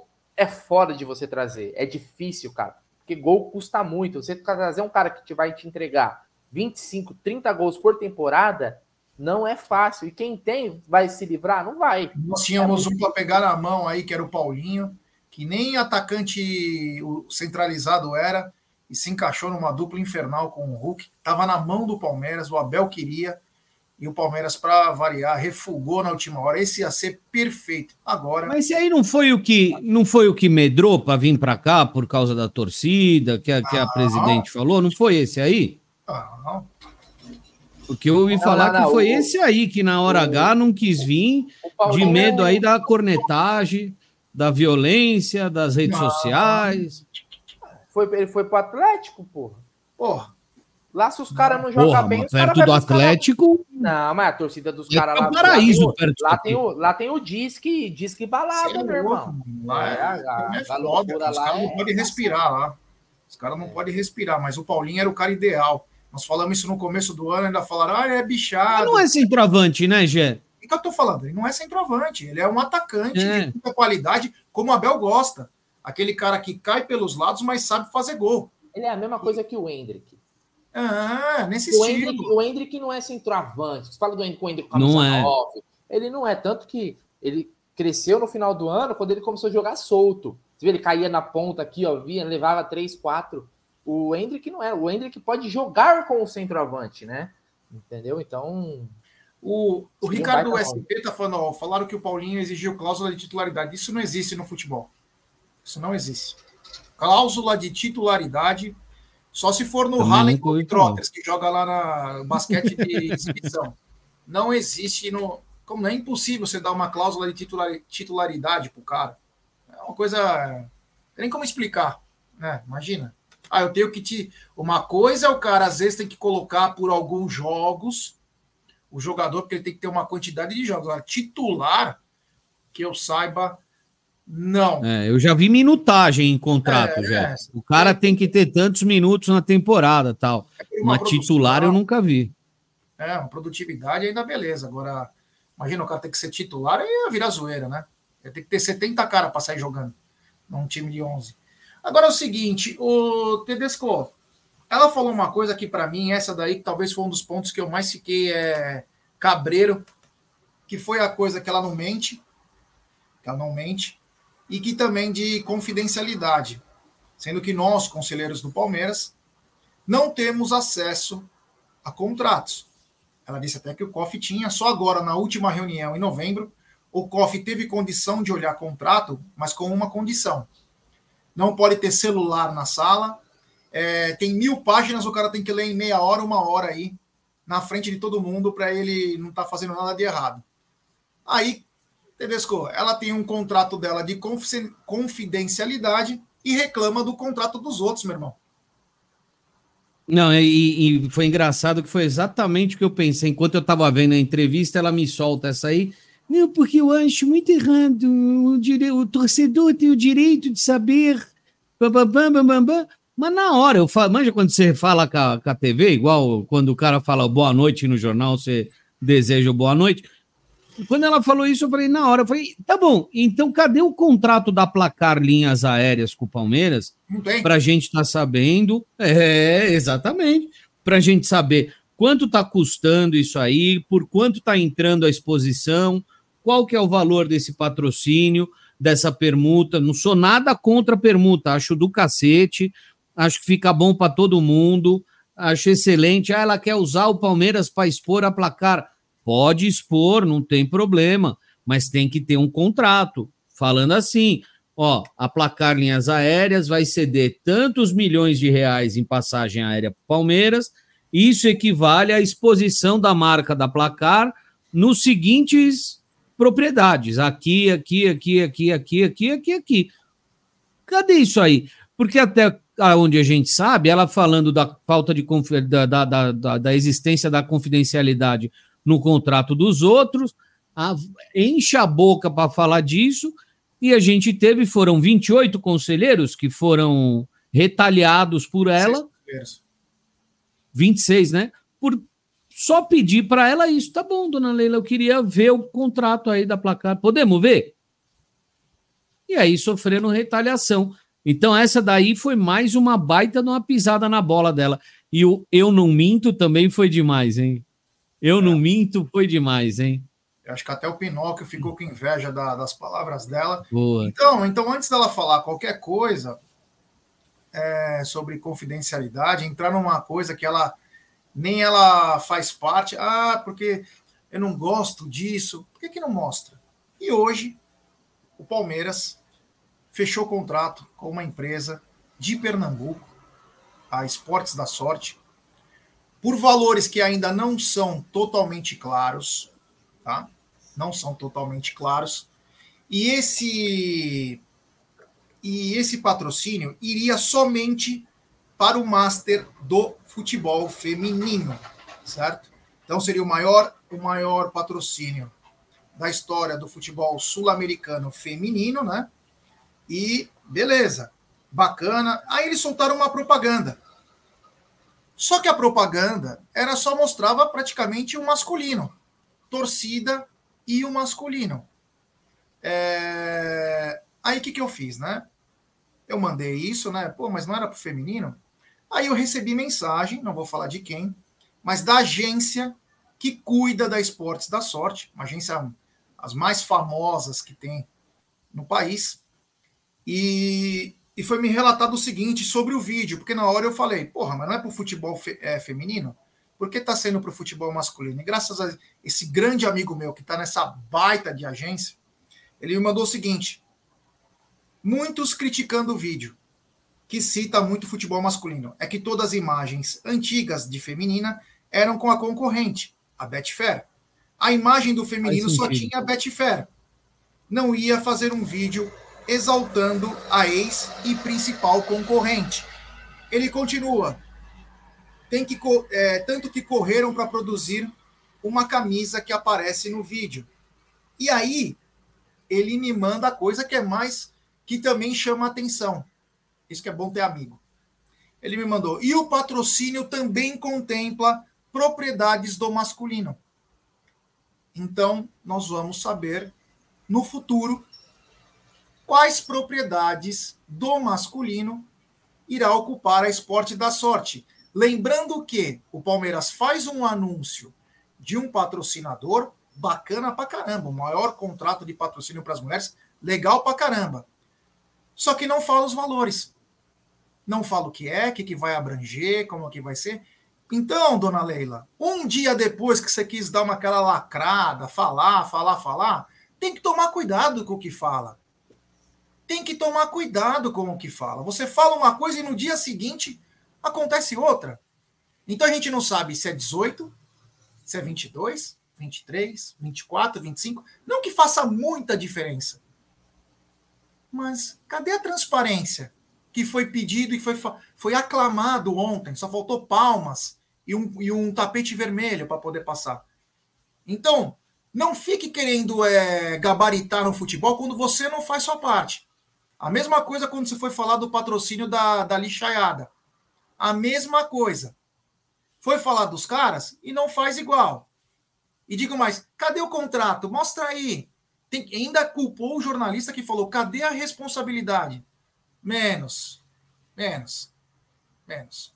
é foda de você trazer. É difícil, cara. Porque gol custa muito. Você trazer um cara que te vai te entregar vinte e cinco, trinta gols por temporada, não é fácil. E quem tem vai se livrar? Não vai. Nós tínhamos é um para pegar na mão aí, que era o Paulinho, que nem atacante centralizado era, e se encaixou numa dupla infernal com o Hulk. Estava na mão do Palmeiras, o Abel queria, e o Palmeiras, para variar, refugou na última hora. Esse ia ser perfeito. Agora. Mas esse aí não foi o que não foi o que medrou para vir para cá por causa da torcida, que a, que a presidente falou? Não foi esse aí? Não. Porque eu ouvi não, falar não, não, que foi o, esse aí que na hora o, H não quis vir, de medo aí da cornetagem, da violência, das redes sociais. Foi, ele foi pro Atlético, porra. Porra. Lá se os caras não jogam bem, os perto do Atlético. Cara... Não, mas a torcida dos caras lá. É paraíso, lá, tem o, lá, tem o, lá tem o disque, disque balada, é meu irmão. Lá é, é, a, é foda, os caras é... não podem respirar lá. Os caras não é. podem respirar, mas o Paulinho era o cara ideal. Nós falamos isso no começo do ano, ainda falaram, ah, ele é bichado. Mas não é centroavante, né, Gé? O que eu tô falando? Ele não é centroavante, ele é um atacante é. de muita qualidade, como o Abel gosta. Aquele cara que cai pelos lados, mas sabe fazer gol. Ele é a mesma coisa que o Hendrick. Ah, nesse o estilo. Hendrick, o Hendrick não é centroavante. Você fala do Hendrick, o Hendrick camisa não é. nove. Ele não é, tanto que ele cresceu no final do ano quando ele começou a jogar solto. Você vê, ele caía na ponta aqui, ó, via, levava três, quatro. O Hendrick não é. O Hendrick pode jogar com o centroavante, né? Entendeu? Então... O, o Ricardo do S P tá falando, ó, falaram que o Paulinho exigiu cláusula de titularidade. Isso não existe no futebol. Isso não existe. Cláusula de titularidade só se for no Harlem Globetrotters, que joga lá na basquete de exibição. Não existe no... Como é impossível você dar uma cláusula de titular, titularidade pro cara. É uma coisa... Não tem nem como explicar, né? Imagina. Ah, eu tenho que te... Uma coisa é o cara, às vezes, tem que colocar por alguns jogos o jogador, porque ele tem que ter uma quantidade de jogos. Agora, titular, que eu saiba, não. É, eu já vi minutagem em contrato, é, já. É. O cara é, tem que ter tantos minutos na temporada, tal. É uma titular eu nunca vi. É, uma produtividade ainda beleza. Agora, imagina o cara ter que ser titular e ia virar zoeira, né? Ia ter que ter setenta caras para sair jogando num time de onze. Agora é o seguinte, o Tedesco, ela falou uma coisa que para mim, essa daí, que talvez foi um dos pontos que eu mais fiquei é, cabreiro, que foi a coisa que ela não mente, que ela não mente, e que também de confidencialidade, sendo que nós, conselheiros do Palmeiras, não temos acesso a contratos. Ela disse até que o C O F tinha, só agora, na última reunião, em novembro, o C O F teve condição de olhar contrato, mas com uma condição. Não pode ter celular na sala, é, tem mil páginas, o cara tem que ler em meia hora, uma hora aí, na frente de todo mundo, para ele não estar tá fazendo nada de errado. Aí, Tedesco, ela tem um contrato dela de confidencialidade e reclama do contrato dos outros, meu irmão. Não, e, e foi engraçado que foi exatamente o que eu pensei. Enquanto eu estava vendo a entrevista, ela me solta essa aí. Não, porque eu acho muito errado. O, dire... o torcedor tem o direito de saber. Bam, bam, bam, bam, bam. Mas na hora, eu falo, manja quando você fala com a, com a T V, igual quando o cara fala boa noite no jornal, você deseja boa noite. Quando ela falou isso, eu falei, na hora, eu falei, tá bom, então cadê o contrato da Placar Linhas Aéreas com o Palmeiras? Pra gente estar tá sabendo, é, exatamente, pra gente saber quanto tá custando isso aí, por quanto tá entrando a exposição, qual que é o valor desse patrocínio, dessa permuta. Não sou nada contra a permuta, acho do cacete, acho que fica bom para todo mundo, acho excelente. Ah, ela quer usar o Palmeiras para expor a Placar. Pode expor, não tem problema, mas tem que ter um contrato, falando assim, ó, a Placar Linhas Aéreas vai ceder tantos milhões de reais em passagem aérea para o Palmeiras, isso equivale à exposição da marca da Placar nos seguintes propriedades, aqui, aqui, aqui, aqui, aqui, aqui, aqui, aqui. Cadê isso aí? Porque até onde a gente sabe, ela falando da falta de da, da, da, da existência da confidencialidade no contrato dos outros, a, enche a boca para falar disso, e a gente teve, foram vinte e oito conselheiros que foram retaliados por ela, vinte e seis, né? Por só pedir para ela isso. Tá bom, dona Leila, eu queria ver o contrato aí da Placar. Podemos ver? e aí sofreram retaliação. Então essa daí foi mais uma baita de uma pisada na bola dela. E o Eu Não Minto também foi demais, hein? Eu é. Não Minto foi demais, hein? Eu acho que até o Pinóquio ficou com inveja da, das palavras dela. Boa. Então, então, antes dela falar qualquer coisa é, sobre confidencialidade, entrar numa coisa que ela nem ela faz parte, ah, porque eu não gosto disso, por que, que não mostra? E hoje, o Palmeiras fechou contrato com uma empresa de Pernambuco, a Esportes da Sorte, por valores que ainda não são totalmente claros, tá? Não são totalmente claros. E esse, e esse patrocínio iria somente para o Master do futebol feminino, certo? Então seria o maior, o maior patrocínio da história do futebol sul-americano feminino, né? E beleza, bacana. Aí eles soltaram uma propaganda. Só que a propaganda era só mostrava praticamente o masculino, torcida e o masculino. É... Aí o que, que eu fiz, né? Eu mandei isso, né? Pô, mas não era pro feminino? Aí eu recebi mensagem, não vou falar de quem, mas da agência que cuida da Esportes da Sorte, uma agência as mais famosas que tem no país, e, e foi me relatado o seguinte sobre o vídeo, porque na hora eu falei, porra, mas não é pro futebol fe, é, feminino? Por que tá sendo pro futebol masculino? E graças a esse grande amigo meu que tá nessa baita de agência, ele me mandou o seguinte, muitos criticando o vídeo, que cita muito futebol masculino, é que todas as imagens antigas de feminina eram com a concorrente, a Betfair. A imagem do feminino só tinha a Betfair. Não ia fazer um vídeo exaltando a ex e principal concorrente. Ele continua. Tem que, é, tanto que correram para produzir uma camisa que aparece no vídeo. E aí, ele me manda a coisa que é mais, que também chama atenção. Isso que é bom ter amigo. Ele me mandou. E o patrocínio também contempla propriedades do masculino. Então, nós vamos saber, no futuro, quais propriedades do masculino irá ocupar a Esporte da Sorte. Lembrando que o Palmeiras faz um anúncio de um patrocinador bacana pra caramba, o maior contrato de patrocínio para as mulheres, legal pra caramba. Só que não fala os valores. Não fala o que é, o que, que vai abranger, como é que vai ser. Então, dona Leila, um dia depois que você quis dar uma aquela lacrada, falar, falar, falar, tem que tomar cuidado com o que fala. Tem que tomar cuidado com o que fala. Você fala uma coisa e no dia seguinte acontece outra. Então a gente não sabe se é dezoito, se é vinte e dois, vinte e três, vinte e quatro, vinte e cinco. Não que faça muita diferença. Mas cadê a transparência que foi pedido e foi, foi aclamado ontem? Só faltou palmas e um, e um tapete vermelho para poder passar. Então, não fique querendo é, gabaritar no futebol quando você não faz sua parte. A mesma coisa quando você foi falar do patrocínio da, da lixaiada. A mesma coisa. Foi falar dos caras e não faz igual. E digo mais, cadê o contrato? Mostra aí. Tem, ainda culpou o jornalista que falou, cadê a responsabilidade? Menos. Menos. Menos.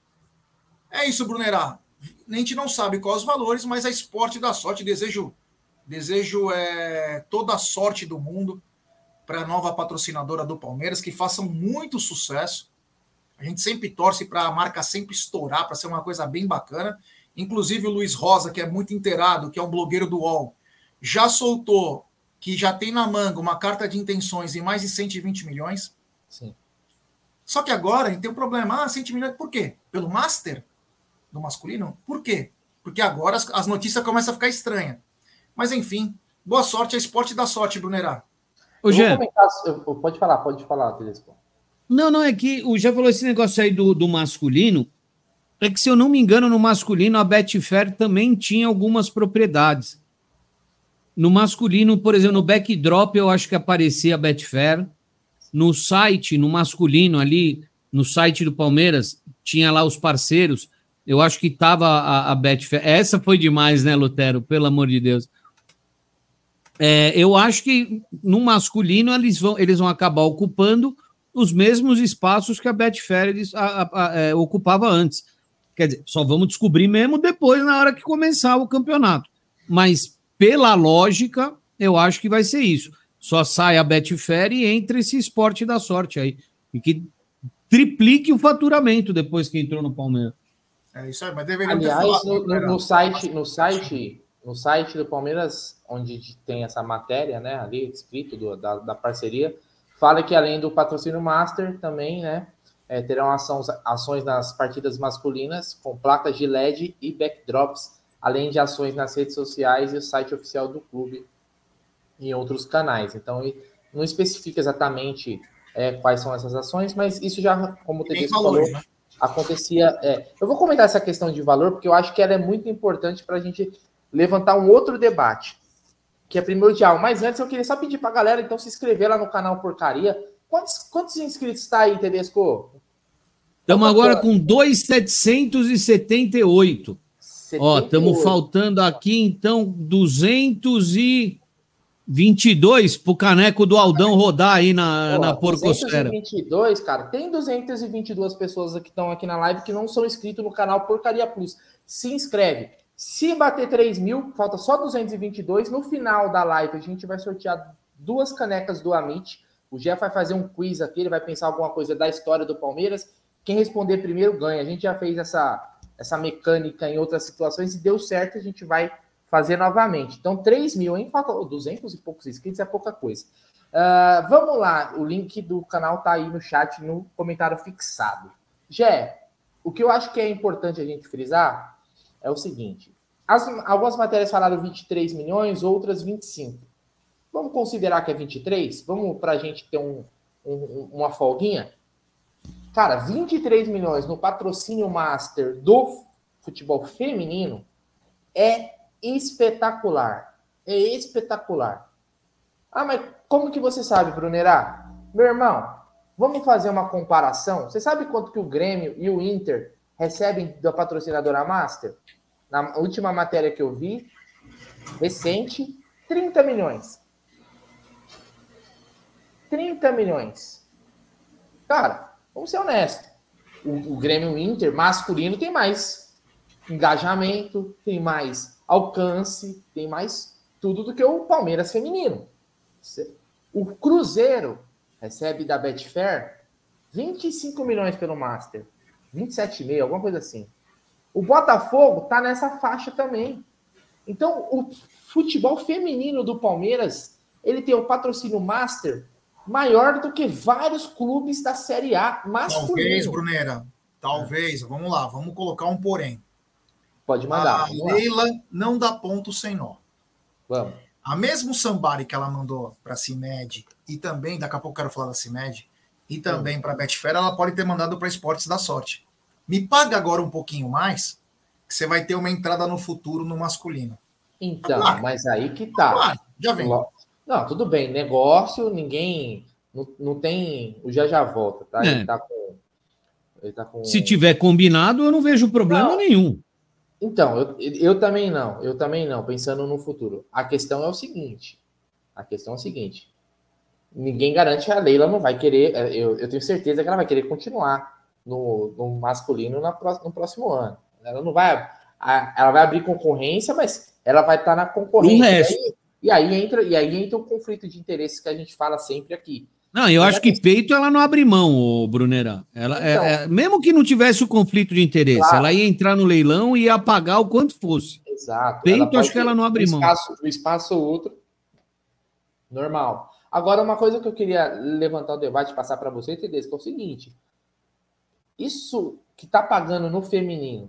É isso, Brunerá. A gente não sabe quais os valores, mas a Esporte da Sorte, desejo, desejo é, toda a sorte do mundo para a nova patrocinadora do Palmeiras, que façam muito sucesso. A gente sempre torce para a marca sempre estourar, para ser uma coisa bem bacana. Inclusive o Luiz Rosa, que é muito inteirado, que é um blogueiro do U O L, já soltou que já tem na manga uma carta de intenções em mais de cento e vinte milhões. Sim. Só que agora a gente tem um problema. Ah, cento milhões, por quê? Pelo Master do masculino? Por quê? Porque agora as, as notícias começam a ficar estranhas. Mas enfim, boa sorte, é Esporte da Sorte, Brunerá. O Gé, pode falar, pode falar, Telesco. Não, não, é que o Gé falou esse negócio aí do, do masculino. É que, se eu não me engano, no masculino a Betfair também tinha algumas propriedades. No masculino, por exemplo, no backdrop eu acho que aparecia a Betfair. No site, no masculino ali, no site do Palmeiras, tinha lá os parceiros. Eu acho que estava a, a Betfair. Essa foi demais, né, Lutero? Pelo amor de Deus. É, eu acho que no masculino eles vão, eles vão acabar ocupando os mesmos espaços que a Betfair eles, a, a, a, é, ocupava antes. Quer dizer, só vamos descobrir mesmo depois, na hora que começar o campeonato. Mas, pela lógica, eu acho que vai ser isso. Só sai a Betfair e entra esse esporte da sorte aí. E que triplique o faturamento depois que entrou no Palmeiras. É isso aí, mas deveriam Aliás, ter falado, no, no, no site, no site, no site do Palmeiras, onde tem essa matéria, né, ali escrito do, da, da parceria, fala que além do patrocínio Master, também, né, é, terão ações, ações nas partidas masculinas com placas de L E D e backdrops, além de ações nas redes sociais e o site oficial do clube em outros canais. Então, não especifica exatamente é, quais são essas ações, mas isso já, como o Tedesco falou, né? Acontecia. É, eu vou comentar essa questão de valor, porque eu acho que ela é muito importante para a gente levantar um outro debate, que é primordial. Mas antes eu queria só pedir para a galera, então, se inscrever lá no canal Porcaria. Quantos, quantos inscritos está aí, Tedesco? Estamos agora com dois mil setecentos e setenta e oito. Ó, estamos faltando aqui, então, duzentos e vinte e dois para o caneco do Aldão rodar aí na, Pô, na porcosfera. duzentos e vinte e dois, cara. Tem duzentas e vinte e duas pessoas que estão aqui na live que não são inscritos no canal Porcaria Plus. Se inscreve. Se bater três mil, falta só duzentos e vinte e dois. No final da live, a gente vai sortear duas canecas do Amit. O Jeff vai fazer um quiz aqui, ele vai pensar alguma coisa da história do Palmeiras. Quem responder primeiro ganha. A gente já fez essa, essa mecânica em outras situações e deu certo, a gente vai fazer novamente. Então, três mil, hein? Falta duzentos e poucos inscritos, é pouca coisa. Uh, vamos lá, o link do canal tá aí no chat, no comentário fixado. Gé, o que eu acho que é importante a gente frisar é o seguinte, as, algumas matérias falaram vinte e três milhões, outras vinte e cinco. Vamos considerar que é vinte e três? Vamos para a gente ter um, um, uma folguinha? Cara, vinte e três milhões no patrocínio master do futebol feminino é espetacular. É espetacular. Ah, mas como que você sabe, Brunerá? Meu irmão, vamos fazer uma comparação? Você sabe quanto que o Grêmio e o Inter recebem da patrocinadora Master? Na última matéria que eu vi, recente, trinta milhões. trinta milhões. Cara, vamos ser honestos. O, o Grêmio e o Inter masculino tem mais engajamento, tem mais alcance, tem mais tudo do que o Palmeiras feminino. O Cruzeiro recebe da Betfair vinte e cinco milhões pelo Master, vinte e sete e meio, alguma coisa assim. O Botafogo tá nessa faixa também. Então, o futebol feminino do Palmeiras, ele tem o patrocínio Master maior do que vários clubes da Série A masculino. Talvez, Brunera, talvez, vamos lá, vamos colocar um porém. Pode mandar. A Leila não dá ponto sem nó. Vamos. A mesmo Sambari que ela mandou para a CIMED e também, daqui a pouco eu quero falar da CIMED, e também hum. para a Betfair, ela pode ter mandado para Esportes da Sorte. Me paga agora um pouquinho mais, que você vai ter uma entrada no futuro no masculino. Então, claro. Mas aí que tá. Claro, já vem. Não, tudo bem. Negócio, ninguém... Não, não tem... O já já volta, tá? É. Ele tá com... Ele tá com... Se tiver combinado, eu não vejo problema não. nenhum. Então, eu, eu também não. Eu também não, pensando no futuro. A questão é o seguinte. A questão é o seguinte. Ninguém garante que a Leila não vai querer... Eu, eu tenho certeza que ela vai querer continuar no, no masculino na, no próximo ano. Ela não vai... A, ela vai abrir concorrência, mas ela vai estar na concorrência. E aí, e, aí entra, e aí entra o conflito de interesses que a gente fala sempre aqui. Não, eu acho que peito ela não abre mão, Brunerá. Ela, então, é, é, mesmo que não tivesse o conflito de interesse, claro. Ela ia entrar no leilão e ia pagar o quanto fosse. Exato. Peito, acho que ela não abre um mão. Espaço, um espaço ou outro, normal. Agora, uma coisa que eu queria levantar o debate e passar para você, Tedesco, é o seguinte. Isso que está pagando no feminino,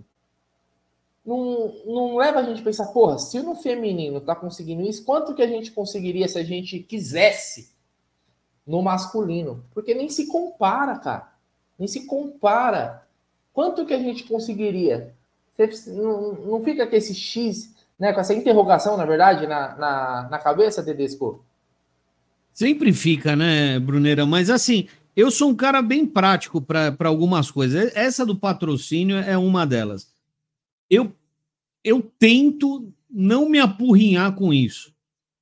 não, não leva a gente a pensar, porra, se no feminino está conseguindo isso, quanto que a gente conseguiria se a gente quisesse no masculino? Porque nem se compara, cara. Nem se compara. Quanto que a gente conseguiria? Você não, não fica com esse X, né, com essa interrogação, na verdade, na, na, na cabeça, Tedesco? Sempre fica, né, Bruneira? Mas assim, eu sou um cara bem prático para algumas coisas. Essa do patrocínio é uma delas. Eu, eu tento não me apurrinhar com isso.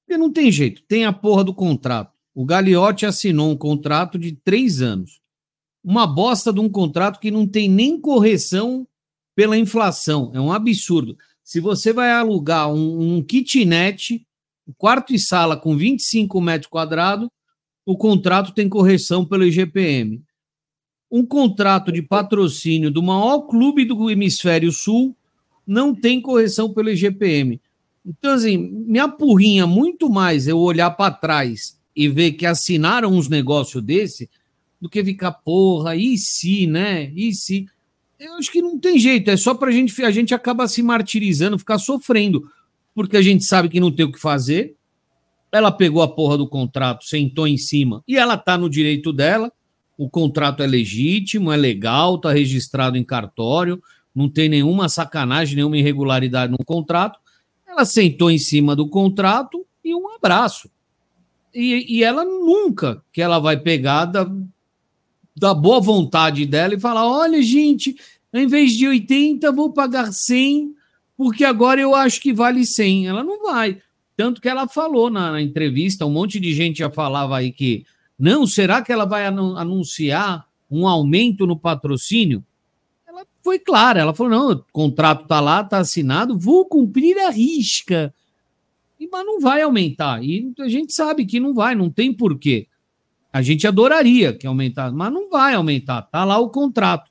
Porque não tem jeito, tem a porra do contrato. O Gagliotti assinou um contrato de três anos. Uma bosta de um contrato que não tem nem correção pela inflação. É um absurdo. Se você vai alugar um, um kitnet, um quarto e sala com vinte e cinco metros quadrados, o contrato tem correção pelo I G P M. Um contrato de patrocínio do maior clube do Hemisfério Sul não tem correção pelo I G P M. Então, assim, me apurrinha muito mais eu olhar para trás e ver que assinaram uns negócios desse do que ficar, porra, e se, né? E se? Eu acho que não tem jeito, é só pra gente, a gente acaba se martirizando, ficar sofrendo, porque a gente sabe que não tem o que fazer. Ela pegou a porra do contrato, sentou em cima, e ela tá no direito dela, o contrato é legítimo, é legal, tá registrado em cartório, não tem nenhuma sacanagem, nenhuma irregularidade no contrato. Ela sentou em cima do contrato e um abraço. E, e ela nunca que ela vai pegar da, da boa vontade dela e falar, olha, gente, ao invés de oitenta, vou pagar cem, porque agora eu acho que vale cem. Ela não vai. Tanto que ela falou na, na entrevista, um monte de gente já falava aí que, não, será que ela vai anunciar um aumento no patrocínio? Ela foi clara, ela falou, não, o contrato está lá, está assinado, vou cumprir a risca. E, mas não vai aumentar. E a gente sabe que não vai, não tem porquê. A gente adoraria que aumentasse, mas não vai aumentar, está lá o contrato.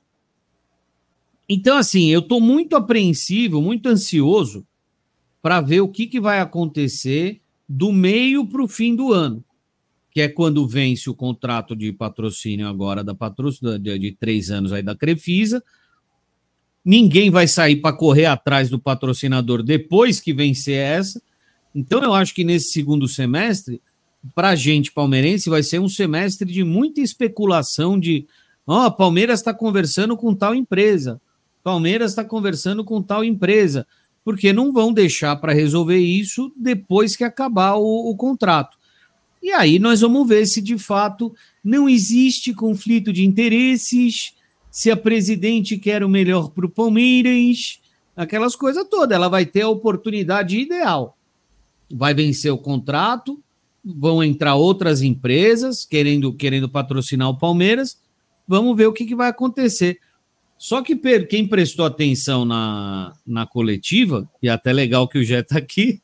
Então, assim, eu estou muito apreensivo, muito ansioso para ver o que, que vai acontecer do meio para o fim do ano, que é quando vence o contrato de patrocínio agora da patrocínio de, de três anos aí da Crefisa. Ninguém vai sair para correr atrás do patrocinador depois que vencer essa. Então, eu acho que nesse segundo semestre, para a gente palmeirense, vai ser um semestre de muita especulação de ó, oh, Palmeiras está conversando com tal empresa, Palmeiras está conversando com tal empresa, porque não vão deixar para resolver isso depois que acabar o, o contrato. E aí nós vamos ver se de fato não existe conflito de interesses, se a presidente quer o melhor para o Palmeiras, aquelas coisas todas. Ela vai ter a oportunidade ideal. Vai vencer o contrato, vão entrar outras empresas querendo, querendo patrocinar o Palmeiras. Vamos ver o que, que vai acontecer. Só que quem prestou atenção na, na coletiva, e é até legal que o Jé tá aqui,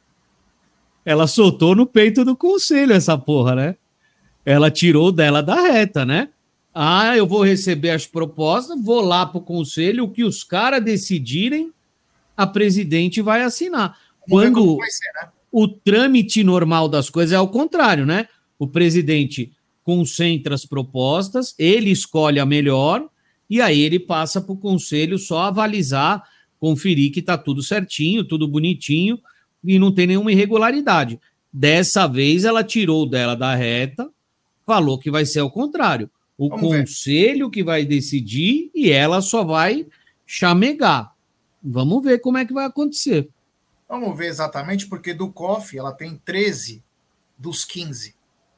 ela soltou no peito do conselho essa porra, né? Ela tirou dela da reta, né? Ah, eu vou receber as propostas, vou lá pro conselho, o que os caras decidirem, a presidente vai assinar. Quando vai ser, né? O trâmite normal das coisas é ao contrário, né? O presidente concentra as propostas, ele escolhe a melhor, e aí ele passa para o conselho só avalizar, conferir que está tudo certinho, tudo bonitinho, e não tem nenhuma irregularidade. Dessa vez ela tirou dela da reta, falou que vai ser ao contrário. O Vamos conselho ver. que vai decidir e ela só vai chamegar. Vamos ver como é que vai acontecer. Vamos ver exatamente, porque do C O F ela tem treze dos quinze.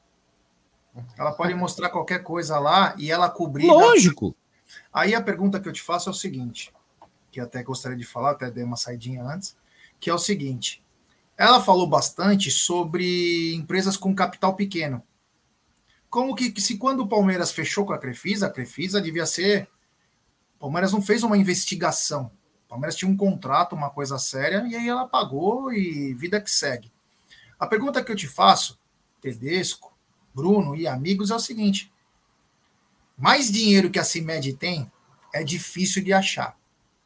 Ela pode mostrar qualquer coisa lá e ela cobrir... Lógico! Aí a pergunta que eu te faço é o seguinte, que eu até gostaria de falar, até dei uma saidinha antes, que é o seguinte, ela falou bastante sobre empresas com capital pequeno. Como que, que se quando o Palmeiras fechou com a Crefisa, a Crefisa devia ser... O Palmeiras não fez uma investigação. O Palmeiras tinha um contrato, uma coisa séria, e aí ela pagou e vida que segue. A pergunta que eu te faço, Tedesco, Bruno e amigos, é o seguinte, mais dinheiro que a CIMED tem é difícil de achar.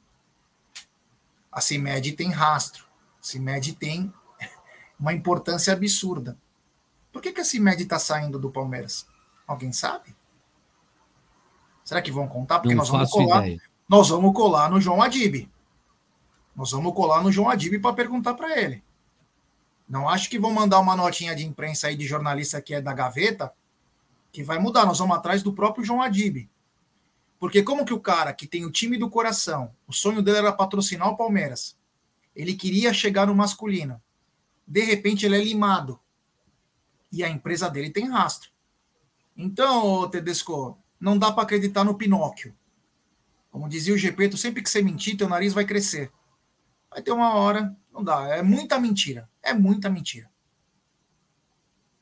A CIMED tem rastro. A CIMED tem uma importância absurda. Por que, que a CIMED está saindo do Palmeiras? Alguém sabe? Será que vão contar? Porque Não nós vamos faço colar. Ideia. Nós vamos colar no João Adib. Nós vamos colar no João Adib para perguntar para ele. Não acho que vão mandar uma notinha de imprensa aí de jornalista que é da Gaveta que vai mudar. Nós vamos atrás do próprio João Adib. Porque como que o cara que tem o time do coração, o sonho dele era patrocinar o Palmeiras, ele queria chegar no masculino. De repente ele é limado. E a empresa dele tem rastro. Então, Tedesco, não dá para acreditar no Pinóquio. Como dizia o Gepeto, sempre que você mentir, teu nariz vai crescer. Vai ter uma hora, não dá. É muita mentira. É muita mentira.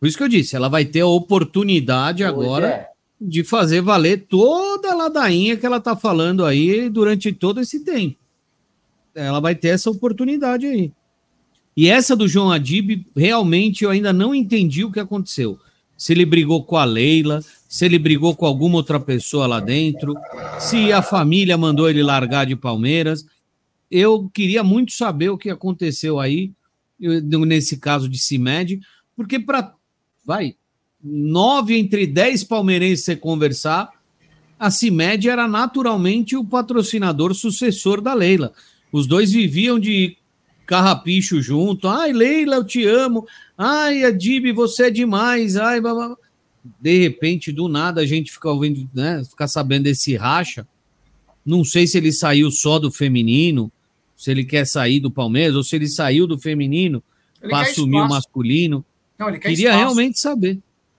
Por isso que eu disse, ela vai ter a oportunidade Hoje agora é. de fazer valer toda a ladainha que ela está falando aí durante todo esse tempo. Ela vai ter essa oportunidade aí. E essa do João Adib, realmente eu ainda não entendi o que aconteceu. Se ele brigou com a Leila, se ele brigou com alguma outra pessoa lá dentro, se a família mandou ele largar de Palmeiras. Eu queria muito saber o que aconteceu aí, nesse caso de CIMED, porque para, vai, nove entre dez palmeirenses você conversar, a CIMED era naturalmente o patrocinador sucessor da Leila. Os dois viviam de carrapicho junto. Ai, Leila, eu te amo. Ai, Adib, você é demais. Ai, blá, blá. De repente, do nada, a gente fica ouvindo, né, fica sabendo desse racha. Não sei se ele saiu só do feminino, se ele quer sair do Palmeiras, ou se ele saiu do feminino para assumir o masculino. Não, ele quer Queria espaço. realmente saber.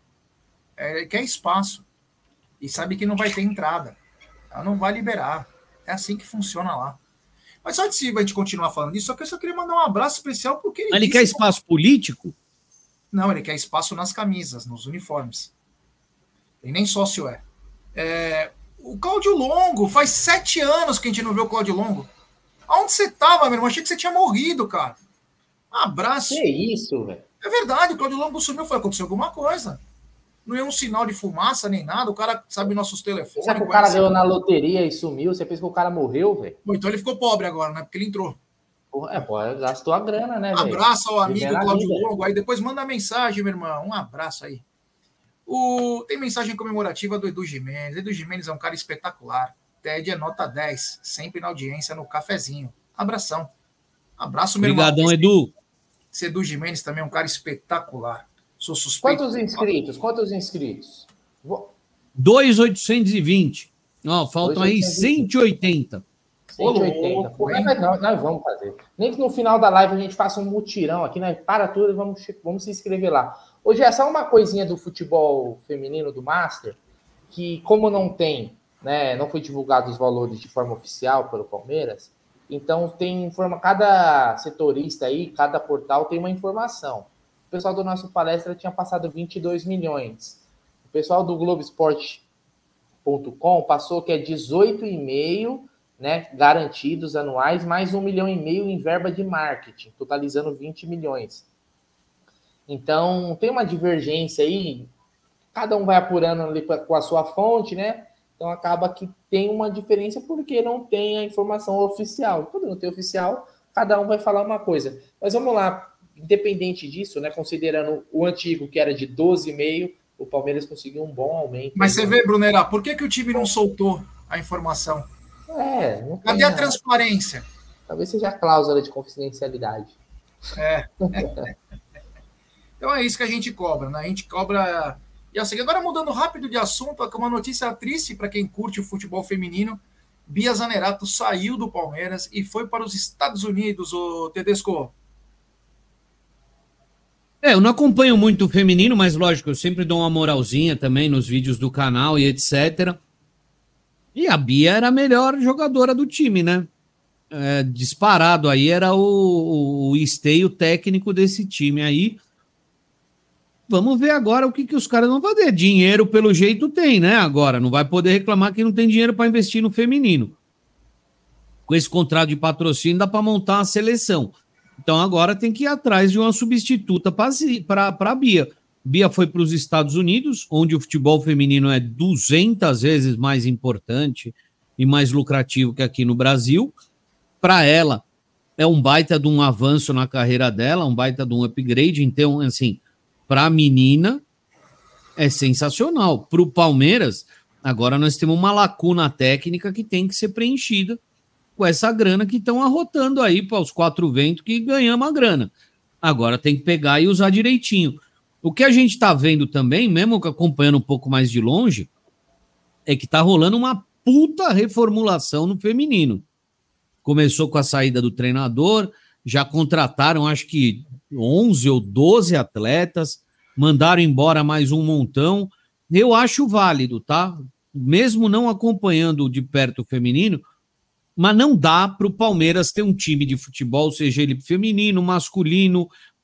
É, ele quer espaço. E sabe que não vai ter entrada. Ela não vai liberar. É assim que funciona lá. Mas só antes de a gente continuar falando disso, só que eu só queria mandar um abraço especial porque ele. Mas ele quer espaço que... político? Não, ele quer espaço nas camisas, nos uniformes. Ele nem sócio é. é... O Cláudio Longo, faz sete anos que a gente não vê o Cláudio Longo. Aonde você tava, meu irmão? Achei que você tinha morrido, cara. Um abraço. Que isso, velho? É verdade, o Cláudio Longo sumiu, foi aconteceu alguma coisa. Não é um sinal de fumaça nem nada, o cara sabe nossos telefones. Será que o cara ganhou na loteria e sumiu? Você pensa que o cara morreu, velho? Então ele ficou pobre agora, né? Porque ele entrou. É, pô, gastou a grana, né, velho? Abraço ao amigo Cláudio Longo, aí depois manda mensagem, meu irmão. Um abraço aí. O... Tem mensagem comemorativa do Edu Jimenez. Edu Jimenez é um cara espetacular. Ted é nota dez, sempre na audiência no cafezinho. Abração. Abraço, meu Obrigadão, irmão. Edu. Esse Edu Jimenez também é um cara espetacular. Sou suspeito. Quantos inscritos? Quantos inscritos? dois mil oitocentos e vinte. Ó, faltam aí cento e oitenta. cento e oitenta. Pô, nós, nós, nós vamos fazer. Nem que no final da live a gente faça um mutirão aqui, né? Para tudo e vamos, vamos se inscrever lá. Hoje é só uma coisinha do futebol feminino do Master, que como não tem, né? Não foi divulgado os valores de forma oficial pelo Palmeiras, então tem informa, cada setorista aí, cada portal tem uma informação. O pessoal do nosso palestra tinha passado vinte e dois milhões. O pessoal do Globoesporte ponto com passou que é dezoito vírgula cinco, né, garantidos anuais, mais um milhão e meio em verba de marketing, totalizando vinte milhões. Então, tem uma divergência aí, cada um vai apurando ali com a sua fonte, né? Então, acaba que tem uma diferença porque não tem a informação oficial. Quando não tem oficial, cada um vai falar uma coisa. Mas vamos lá, independente disso, né, considerando o antigo, que era de doze vírgula cinco, o Palmeiras conseguiu um bom aumento. Mas você vê, Brunera, por que, que o time não soltou a informação? É, não Cadê a transparência? Talvez seja a cláusula de confidencialidade. É. Então é isso que a gente cobra, né? A gente cobra... E assim, agora mudando rápido de assunto, uma notícia triste para quem curte o futebol feminino. Bia Zanerato saiu do Palmeiras e foi para os Estados Unidos, o Tedesco. É, eu não acompanho muito o feminino, mas lógico, eu sempre dou uma moralzinha também nos vídeos do canal e etcétera. E a Bia era a melhor jogadora do time, né? É, disparado aí, era o, o esteio técnico desse time aí. Vamos ver agora o que, que os caras vão fazer. Dinheiro, pelo jeito, tem, né? Agora, não vai poder reclamar que não tem dinheiro para investir no feminino. Com esse contrato de patrocínio, dá para montar uma seleção. Então, agora tem que ir atrás de uma substituta para a Bia. Bia foi para os Estados Unidos, onde o futebol feminino é duzentas vezes mais importante e mais lucrativo que aqui no Brasil. Para ela, é um baita de um avanço na carreira dela, um baita de um upgrade. Então, assim, para a menina, é sensacional. Para o Palmeiras, agora nós temos uma lacuna técnica que tem que ser preenchida com essa grana que estão arrotando aí para os quatro ventos que ganhamos a grana. Agora tem que pegar e usar direitinho. O que a gente está vendo também, mesmo acompanhando um pouco mais de longe, é que está rolando uma puta reformulação no feminino. Começou com a saída do treinador, já contrataram acho que onze ou doze atletas, mandaram embora mais um montão. Eu acho válido, tá? Mesmo não acompanhando de perto o feminino, mas não dá para o Palmeiras ter um time de futebol, seja ele feminino, masculino,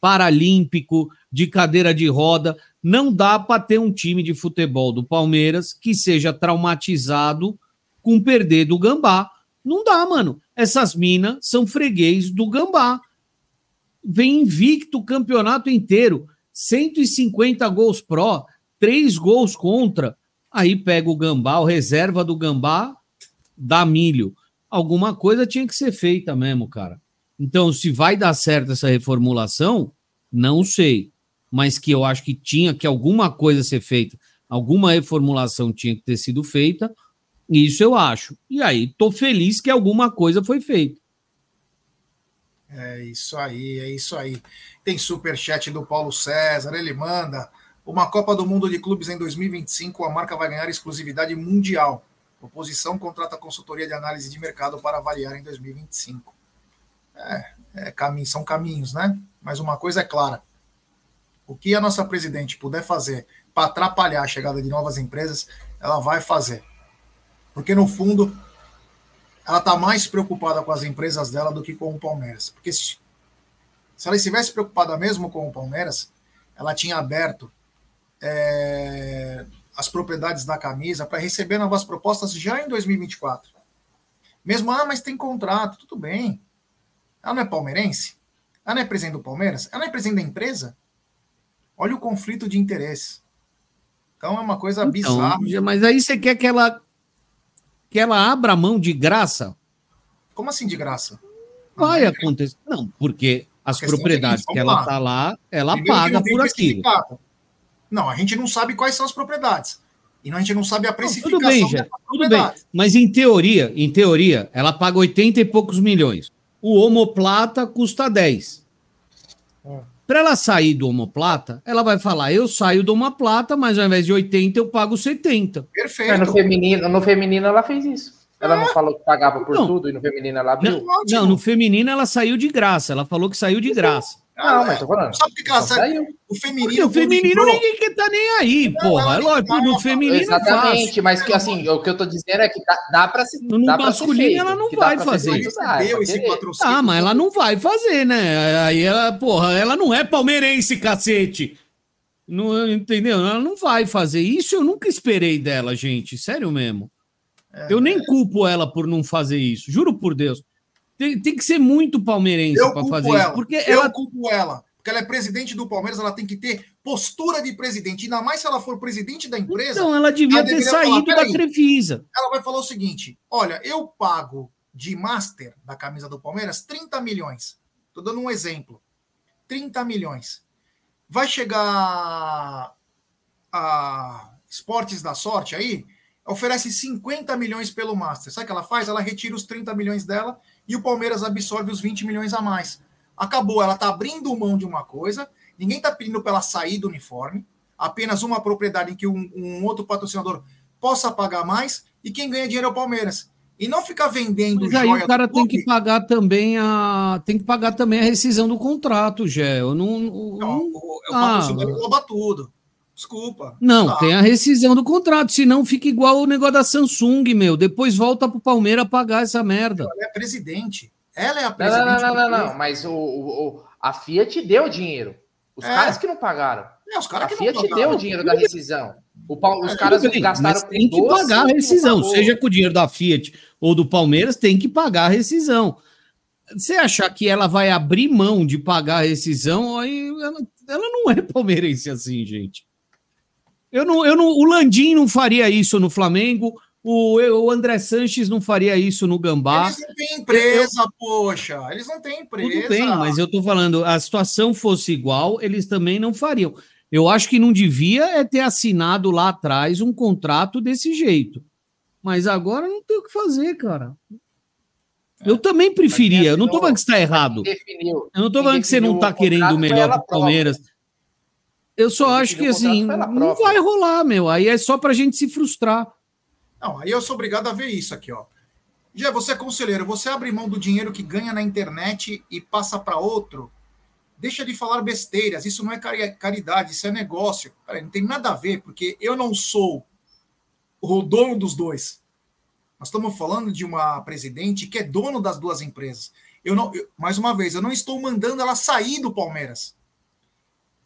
paralímpico, de cadeira de roda. Não dá para ter um time de futebol do Palmeiras que seja traumatizado com perder do Gambá. Não dá, mano. Essas minas são freguês do Gambá. Vem invicto o campeonato inteiro. cento e cinquenta gols pró, três gols contra. Aí pega o Gambá, o reserva do Gambá, dá milho. Alguma coisa tinha que ser feita mesmo, cara. Então, se vai dar certo essa reformulação, não sei. Mas que eu acho que tinha que alguma coisa ser feita, alguma reformulação tinha que ter sido feita, isso eu acho. E aí, tô feliz que alguma coisa foi feita. É isso aí, é isso aí. Tem superchat do Paulo César, ele manda: uma Copa do Mundo de Clubes em dois mil e vinte e cinco, a marca vai ganhar exclusividade mundial. Oposição contrata consultoria de análise de mercado para avaliar em dois mil e vinte e cinco. É, é caminho, são caminhos, né? Mas uma coisa é clara: o que a nossa presidente puder fazer para atrapalhar a chegada de novas empresas, ela vai fazer. Porque, no fundo, ela está mais preocupada com as empresas dela do que com o Palmeiras. Porque se, se ela estivesse preocupada mesmo com o Palmeiras, ela tinha aberto é, as propriedades da camisa para receber novas propostas já em dois mil e vinte e quatro. Mesmo, ah, mas tem contrato, tudo bem. Ela não é palmeirense? Ela não é presidente do Palmeiras? Ela não é presidente da empresa? Olha o conflito de interesse. Então é uma coisa então, bizarra. Mas aí você quer que ela, que ela abra mão de graça? Como assim de graça? Vai acontecer. Não, porque as propriedades é que ela está lá, ela Primeiro paga por aquilo. Não, a gente não sabe quais são as propriedades. E a gente não sabe a precificação não, tudo bem, já, tudo bem. Mas em teoria, em teoria, ela paga oitenta e poucos milhões. O omoplata custa dez. Hum. Para ela sair do omoplata, ela vai falar: eu saio do omoplata, mas ao invés de oitenta, eu pago setenta. Perfeito. Mas no feminino, no feminino ela fez isso. Ela não falou que pagava por não. tudo e no feminino ela abriu? Não, não, no feminino ela saiu de graça. Ela falou que saiu de graça. Não, não mas tô falando. Sabe por que ela saiu? O feminino. O feminino ninguém quer tá nem aí, não, porra. É lógico, no feminino. Exatamente, é mas que assim, o que eu tô dizendo é que dá, dá pra se. No dá masculino feito, ela não vai fazer. Ah, mas ela não vai fazer, né? Aí ela, porra, ela não é palmeirense, cacete. Não, entendeu? Ela não vai fazer. Isso eu nunca esperei dela, gente. Sério mesmo. É, eu nem culpo ela por não fazer isso. Juro por Deus. Tem, tem que ser muito palmeirense para fazer ela. isso. Porque eu ela... culpo ela. Porque ela é presidente do Palmeiras, ela tem que ter postura de presidente. Ainda mais se ela for presidente da empresa. Então, ela devia ela ter saído falar, da Crefisa. Ela vai falar o seguinte: olha, eu pago de master da camisa do Palmeiras trinta milhões. Estou dando um exemplo. trinta milhões. Vai chegar a Esportes da Sorte aí, oferece cinquenta milhões pelo master. Sabe o que ela faz? Ela retira os trinta milhões dela e o Palmeiras absorve os vinte milhões a mais. Acabou, ela está abrindo mão de uma coisa, ninguém está pedindo para ela sair do uniforme, apenas uma propriedade em que um, um outro patrocinador possa pagar mais e quem ganha dinheiro é o Palmeiras. E não ficar vendendo Mas aí joia o cara tem que pagar também a tem que pagar também a rescisão do contrato, Gé. Eu não, não, não o, o patrocinador ah, engloba tudo. Desculpa. Não, tá. Tem a rescisão do contrato, senão fica igual o negócio da Samsung, meu. Depois volta pro Palmeiras pagar essa merda. Ela é presidente. Ela é a presidente. Não, não, não, não, não. Mas o, o, a Fiat deu dinheiro. Os é. caras que não pagaram. É, os caras a que Fiat não pagaram. deu o dinheiro da rescisão. O, os é, caras que gastaram com tem que pagar a rescisão. Seja com o dinheiro da Fiat ou do Palmeiras, tem que pagar a rescisão. Você achar que ela vai abrir mão de pagar a rescisão, aí ela, ela não é palmeirense assim, gente. Eu não, eu não, o Landim não faria isso no Flamengo, o, o André Sanches não faria isso no Gambá. Eles não têm empresa, eu, poxa, eles não têm empresa. Tudo bem, mas eu tô falando, a situação fosse igual, eles também não fariam. Eu acho que não devia é ter assinado lá atrás um contrato desse jeito. Mas agora não tem o que fazer, cara. É. Eu também preferia, eu não tô falando que está errado. Definiu, eu não tô falando que você não tá querendo o melhor do Palmeiras. Eu só Quem acho que assim, não vai rolar, meu. Aí é só pra gente se frustrar. Não, aí eu sou obrigado a ver isso aqui, ó. Já você é conselheiro, você abre mão do dinheiro que ganha na internet e passa para outro, deixa de falar besteiras. Isso não é caridade, isso é negócio. Cara, não tem nada a ver, porque eu não sou o dono dos dois. Nós estamos falando de uma presidente que é dono das duas empresas. Eu não, eu, mais uma vez, eu não estou mandando ela sair do Palmeiras.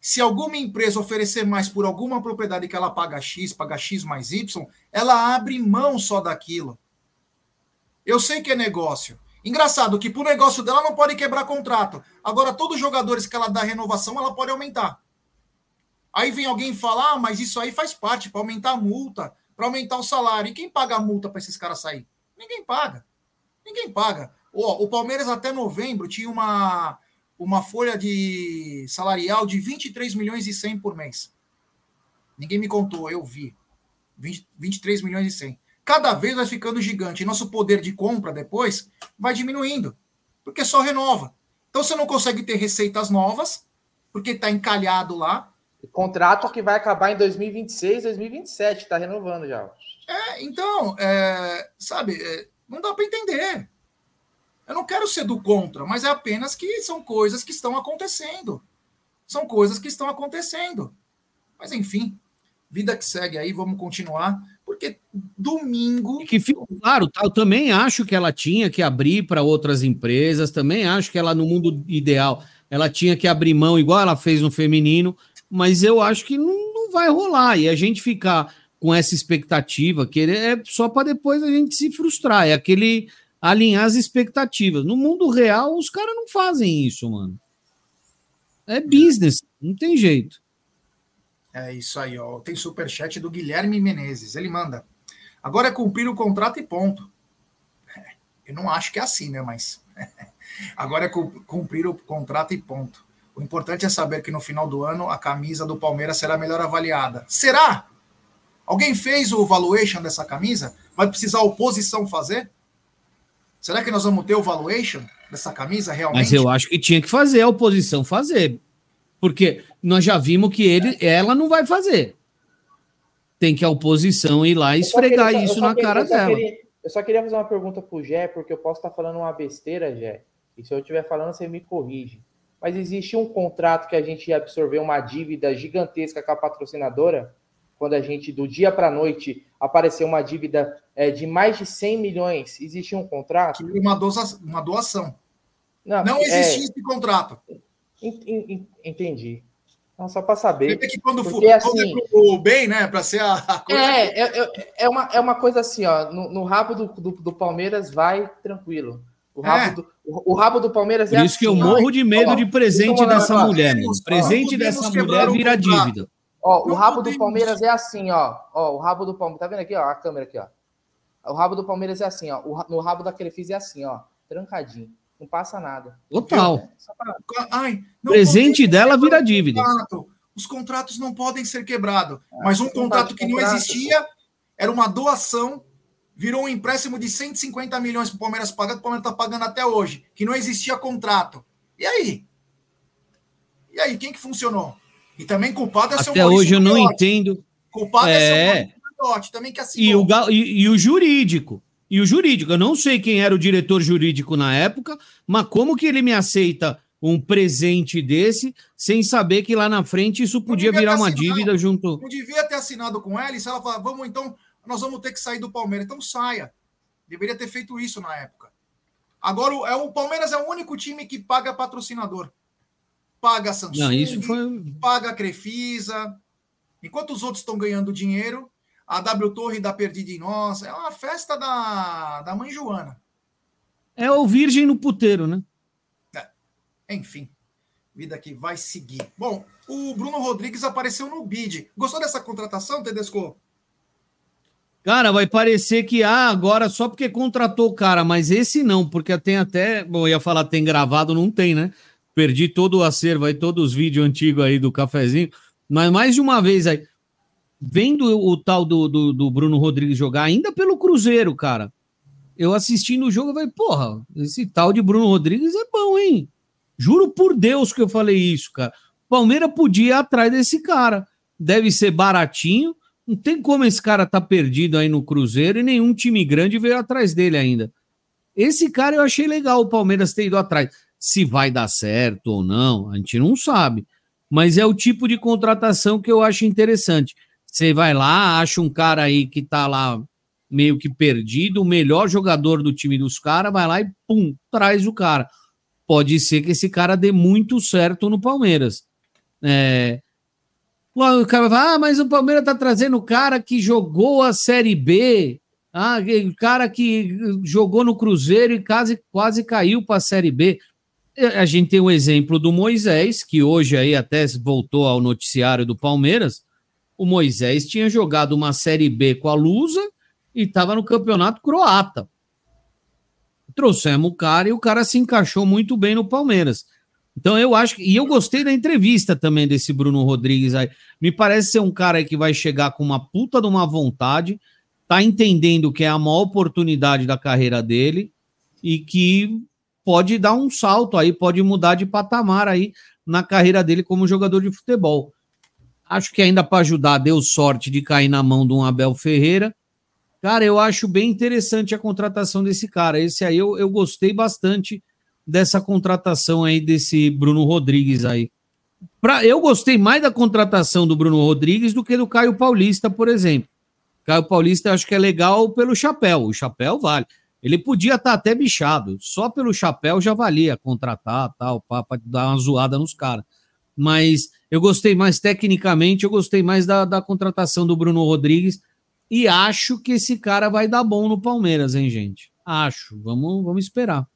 Se alguma empresa oferecer mais por alguma propriedade que ela paga X, paga X mais Y, ela abre mão só daquilo. Eu sei que é negócio. Engraçado que pro negócio dela não pode quebrar contrato. Agora, todos os jogadores que ela dá renovação, ela pode aumentar. Aí vem alguém falar, ah, mas isso aí faz parte, para aumentar a multa, para aumentar o salário. E quem paga a multa para esses caras sair? Ninguém paga. Ninguém paga. Oh, o Palmeiras até novembro tinha uma, uma folha de salarial de vinte e três milhões e cem por mês. Ninguém me contou, eu vi. vinte, vinte e três milhões e cem. Cada vez vai ficando gigante. E nosso poder de compra depois vai diminuindo. Porque só renova. Então você não consegue ter receitas novas, porque está encalhado lá. Contrato que vai acabar em dois mil e vinte e seis, dois mil e vinte e sete, está renovando já. É, então, é, sabe, é, não dá para entender. Eu não quero ser do contra, mas é apenas que são coisas que estão acontecendo. São coisas que estão acontecendo. Mas, enfim, vida que segue aí, vamos continuar, porque domingo... E que fica claro, tá, eu também acho que ela tinha que abrir para outras empresas, também acho que ela, no mundo ideal, ela tinha que abrir mão, igual ela fez no feminino, mas eu acho que não, não vai rolar, e a gente ficar com essa expectativa, que é só para depois a gente se frustrar, é aquele alinhar as expectativas. No mundo real, os caras não fazem isso, mano. É business, não tem jeito. É isso aí, ó. Tem superchat do Guilherme Menezes, ele manda. Agora é cumprir o contrato e ponto. Eu não acho que é assim, né, mas... Agora é cumprir o contrato e ponto. O importante é saber que no final do ano a camisa do Palmeiras será melhor avaliada. Será? Alguém fez o valuation dessa camisa? Vai precisar a oposição fazer? Será que nós vamos ter o valuation dessa camisa realmente? Mas eu acho que tinha que fazer a oposição fazer. Porque nós já vimos que ele, ela não vai fazer. Tem que a oposição ir lá e esfregar queria, isso na queria, cara eu dela. Queria, eu só queria fazer uma pergunta pro Gé, porque eu posso estar falando uma besteira, Gé. E se eu estiver falando, você me corrige. Mas existe um contrato que a gente ia absorver uma dívida gigantesca com a patrocinadora, quando a gente, do dia para a noite, apareceu uma dívida é, de mais de cem milhões. Existe um contrato? Que uma doação. Uma doação. Não, não existia é... esse contrato. Entendi. Não, só para saber. Que quando for porque, assim, o bem, né? Para ser a, a coisa. É, que... é, é, uma, é uma coisa assim, ó. No, no rabo do, do, do Palmeiras vai tranquilo. O rabo, é. do, o, o rabo do Palmeiras é Por isso assim, que eu morro de medo ó, de presente dessa lá, mulher, mano. Presente dessa mulher vira dívida. Ó, o rabo do Palmeiras é assim, ó. Ó, o rabo do Palmeiras. Tá vendo aqui, ó? A câmera aqui, ó. O rabo do Palmeiras é assim, ó. O, no rabo da Crefisa é assim, ó. Trancadinho. Não passa nada. Total. Pra... Ai, presente dela vira dívida. Contrato. Os contratos não podem ser quebrados. Ah, mas um contrato que não existia era uma doação. Virou um empréstimo de cento e cinquenta milhões para o Palmeiras pagar, que o Palmeiras está pagando até hoje, que não existia contrato. E aí? E aí, quem que funcionou? E também culpado é até seu Até hoje eu não Miotti. entendo. Culpado é, é seu Miotti, também que assinou. E o, e, e o jurídico. E o jurídico. Eu não sei quem era o diretor jurídico na época, mas como que ele me aceita um presente desse, sem saber que lá na frente isso podia virar uma assinado, dívida junto... Não devia ter assinado com ela, e se ela falar, vamos então... nós vamos ter que sair do Palmeiras. Então saia. Deveria ter feito isso na época. Agora, é, o Palmeiras é o único time que paga patrocinador. Paga a Samsung, Não, isso foi... paga a Crefisa. Enquanto os outros estão ganhando dinheiro, a W Torre dá perdida em nós. É uma festa da, da mãe Joana. É o virgem no puteiro, né? É. Enfim. Vida que vai seguir. Bom, o Bruno Rodrigues apareceu no bid. Gostou dessa contratação, Tedesco? Cara, vai parecer que, ah, agora só porque contratou o cara, mas esse não, porque tem até, bom, eu ia falar tem gravado, não tem, né? Perdi todo o acervo aí, todos os vídeos antigos aí do cafezinho, mas mais de uma vez aí, vendo o tal do, do, do Bruno Rodrigues jogar, ainda pelo Cruzeiro, cara, eu assistindo o jogo, eu falei, porra, esse tal de Bruno Rodrigues é bom, hein? Juro por Deus que eu falei isso, cara. Palmeiras podia ir atrás desse cara, deve ser baratinho. Não tem como esse cara tá perdido aí no Cruzeiro e nenhum time grande veio atrás dele ainda. Esse cara eu achei legal o Palmeiras ter ido atrás. Se vai dar certo ou não, a gente não sabe. Mas é o tipo de contratação que eu acho interessante. Você vai lá, acha um cara aí que tá lá meio que perdido, o melhor jogador do time dos caras, vai lá e pum, traz o cara. Pode ser que esse cara dê muito certo no Palmeiras. É... O cara vai falar, ah, mas o Palmeiras tá trazendo o cara que jogou a Série B, ah, o cara que jogou no Cruzeiro e quase, quase caiu para a Série B. A gente tem o exemplo do Moisés, que hoje aí até voltou ao noticiário do Palmeiras. O Moisés tinha jogado uma Série B com a Lusa e estava no campeonato croata. Trouxemos o cara e o cara se encaixou muito bem no Palmeiras. Então eu acho que... E eu gostei da entrevista também desse Bruno Rodrigues aí. Me parece ser um cara aí que vai chegar com uma puta de uma vontade, tá entendendo que é a maior oportunidade da carreira dele e que pode dar um salto aí, pode mudar de patamar aí na carreira dele como jogador de futebol. Acho que ainda para ajudar deu sorte de cair na mão de um Abel Ferreira. Cara, eu acho bem interessante a contratação desse cara. Esse aí eu, eu gostei bastante dessa contratação aí desse Bruno Rodrigues aí. Pra, eu gostei mais da contratação do Bruno Rodrigues do que do Caio Paulista, por exemplo. Caio Paulista eu acho que é legal pelo chapéu. O chapéu vale. Ele podia estar até bichado. Só pelo chapéu já valia contratar, tal, para dar uma zoada nos caras. Mas eu gostei mais, tecnicamente, eu gostei mais da, da contratação do Bruno Rodrigues e acho que esse cara vai dar bom no Palmeiras, hein, gente? Acho. Vamos, vamos esperar.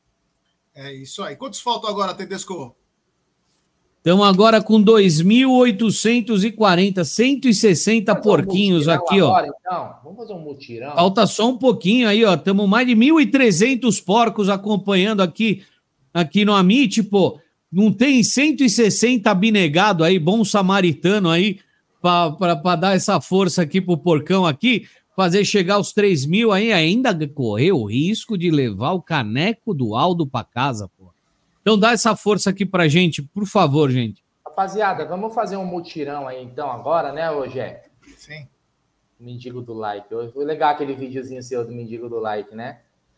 É isso aí. Quantos faltam agora, Tedesco? Estamos agora com dois mil oitocentos e quarenta, cento e sessenta porquinhos um aqui, agora, ó. Então, vamos fazer um mutirão. Falta só um pouquinho aí, ó. Estamos mais de mil e trezentos porcos acompanhando aqui, aqui no Amit, pô. Não tem cento e sessenta abnegado aí, bom samaritano aí, para dar essa força aqui pro porcão aqui, fazer chegar aos três mil aí, ainda correr o risco de levar o caneco do Aldo para casa, pô. Então dá essa força aqui pra gente, por favor, gente. Rapaziada, vamos fazer um mutirão aí então agora, né, Rogé? Sim. Mendigo do like. Foi legal aquele videozinho seu do Mendigo do like, né?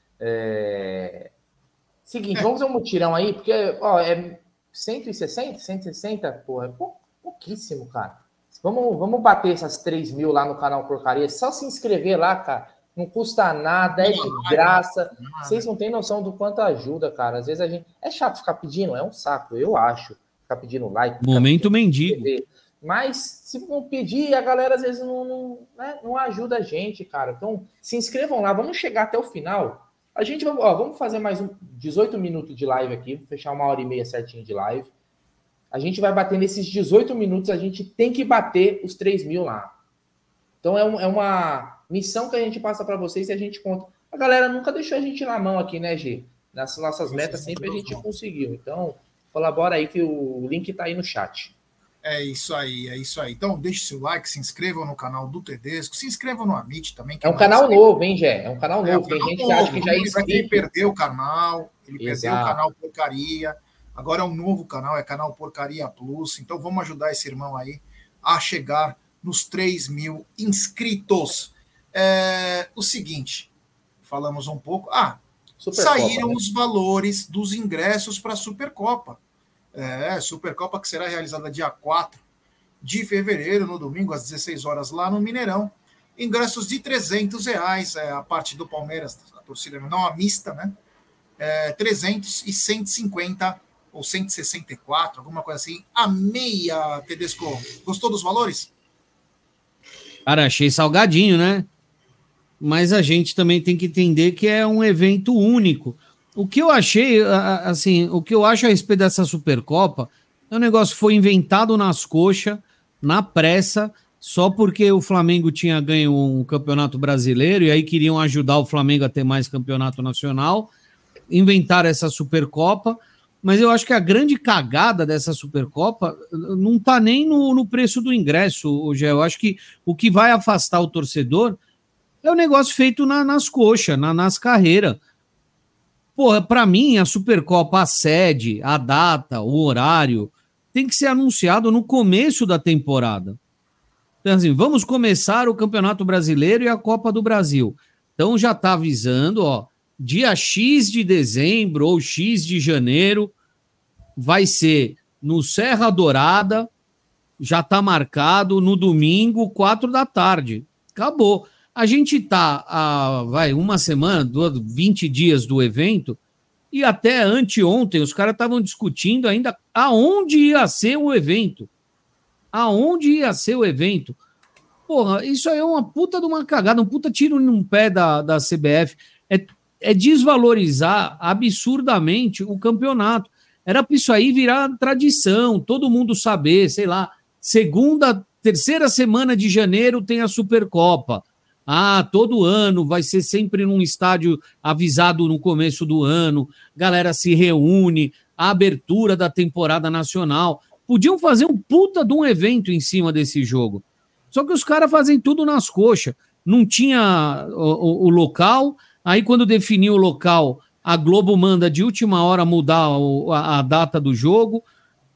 É... Seguinte, é. vamos fazer um mutirão aí, porque ó, é cento e sessenta, cento e sessenta, porra, é pou, pouquíssimo, cara. Vamos, vamos bater essas três mil lá no canal Porcaria, só se inscrever lá, cara. Não custa nada, é de graça. Vocês não têm noção do quanto ajuda, cara. Às vezes a gente... É chato ficar pedindo, é um saco, eu acho. Ficar pedindo like. Momento mendigo. Mas se não pedir, a galera às vezes não, não, né, não ajuda a gente, cara. Então, se inscrevam lá, vamos chegar até o final. A gente vai... Ó, vamos fazer mais um dezoito minutos de live aqui, vou fechar uma hora e meia certinho de live. A gente vai bater nesses dezoito minutos, a gente tem que bater os três mil lá. Então é, um, é uma... missão que a gente passa para vocês e a gente conta. A galera nunca deixou a gente na mão aqui, né, G? Nas nossas metas sempre a gente conseguiu. Então, colabora aí que o link tá aí no chat. É isso aí, é isso aí. Então, deixe seu like, se inscrevam no canal do Tedesco, se inscrevam no Amit também. É um canal novo, hein, Gé? É um canal novo. É um Tem canal gente novo. que acha que já é inscrito. Ele perdeu o canal, ele Exato. perdeu o canal Porcaria. Agora é um novo canal, é canal Porcaria Plus. Então, vamos ajudar esse irmão aí a chegar nos três mil inscritos. É, o seguinte, falamos um pouco. Ah, Supercopa, saíram né? os valores dos ingressos para a Supercopa. É, Supercopa que será realizada dia quatro de fevereiro, no domingo, às dezesseis horas, lá no Mineirão. Ingressos de trezentos reais, é, a parte do Palmeiras, a torcida não a mista, né? É, trezentos e cento e cinquenta ou cento e sessenta e quatro, alguma coisa assim. A meia, Tedesco. Gostou dos valores? Cara, achei salgadinho, né? Mas a gente também tem que entender que é um evento único. O que eu achei, assim, o que eu acho a respeito dessa Supercopa é um negócio que foi inventado nas coxas, na pressa, só porque o Flamengo tinha ganho um campeonato brasileiro e aí queriam ajudar o Flamengo a ter mais campeonato nacional, inventaram essa Supercopa, mas eu acho que a grande cagada dessa Supercopa não tá nem no, no preço do ingresso, Gé. Eu acho que o que vai afastar o torcedor é o negócio feito na, nas coxas, na, nas carreiras. Porra, pra mim, a Supercopa, a sede, a data, o horário, tem que ser anunciado no começo da temporada. Então, assim, vamos começar o Campeonato Brasileiro e a Copa do Brasil. Então, já tá avisando, ó, dia X de dezembro ou X de janeiro vai ser no Serra Dourada, já tá marcado no domingo, quatro da tarde. Acabou. A gente tá a vai, uma semana, vinte dias do evento, E até anteontem, os caras estavam discutindo ainda aonde ia ser o evento. Aonde ia ser o evento. Porra, isso aí é uma puta de uma cagada, um puta tiro no pé da, da C B F. É, é desvalorizar absurdamente o campeonato. Era para isso aí virar tradição, todo mundo saber, sei lá, segunda, terceira semana de janeiro tem a Supercopa. Ah, todo ano vai ser sempre num estádio avisado no começo do ano, galera se reúne, a abertura da temporada nacional. Podiam fazer um puta de um evento em cima desse jogo. Só que os caras fazem tudo nas coxas. Não tinha o, o, o local, aí quando definiu o local, a Globo manda de última hora mudar o, a, a data do jogo.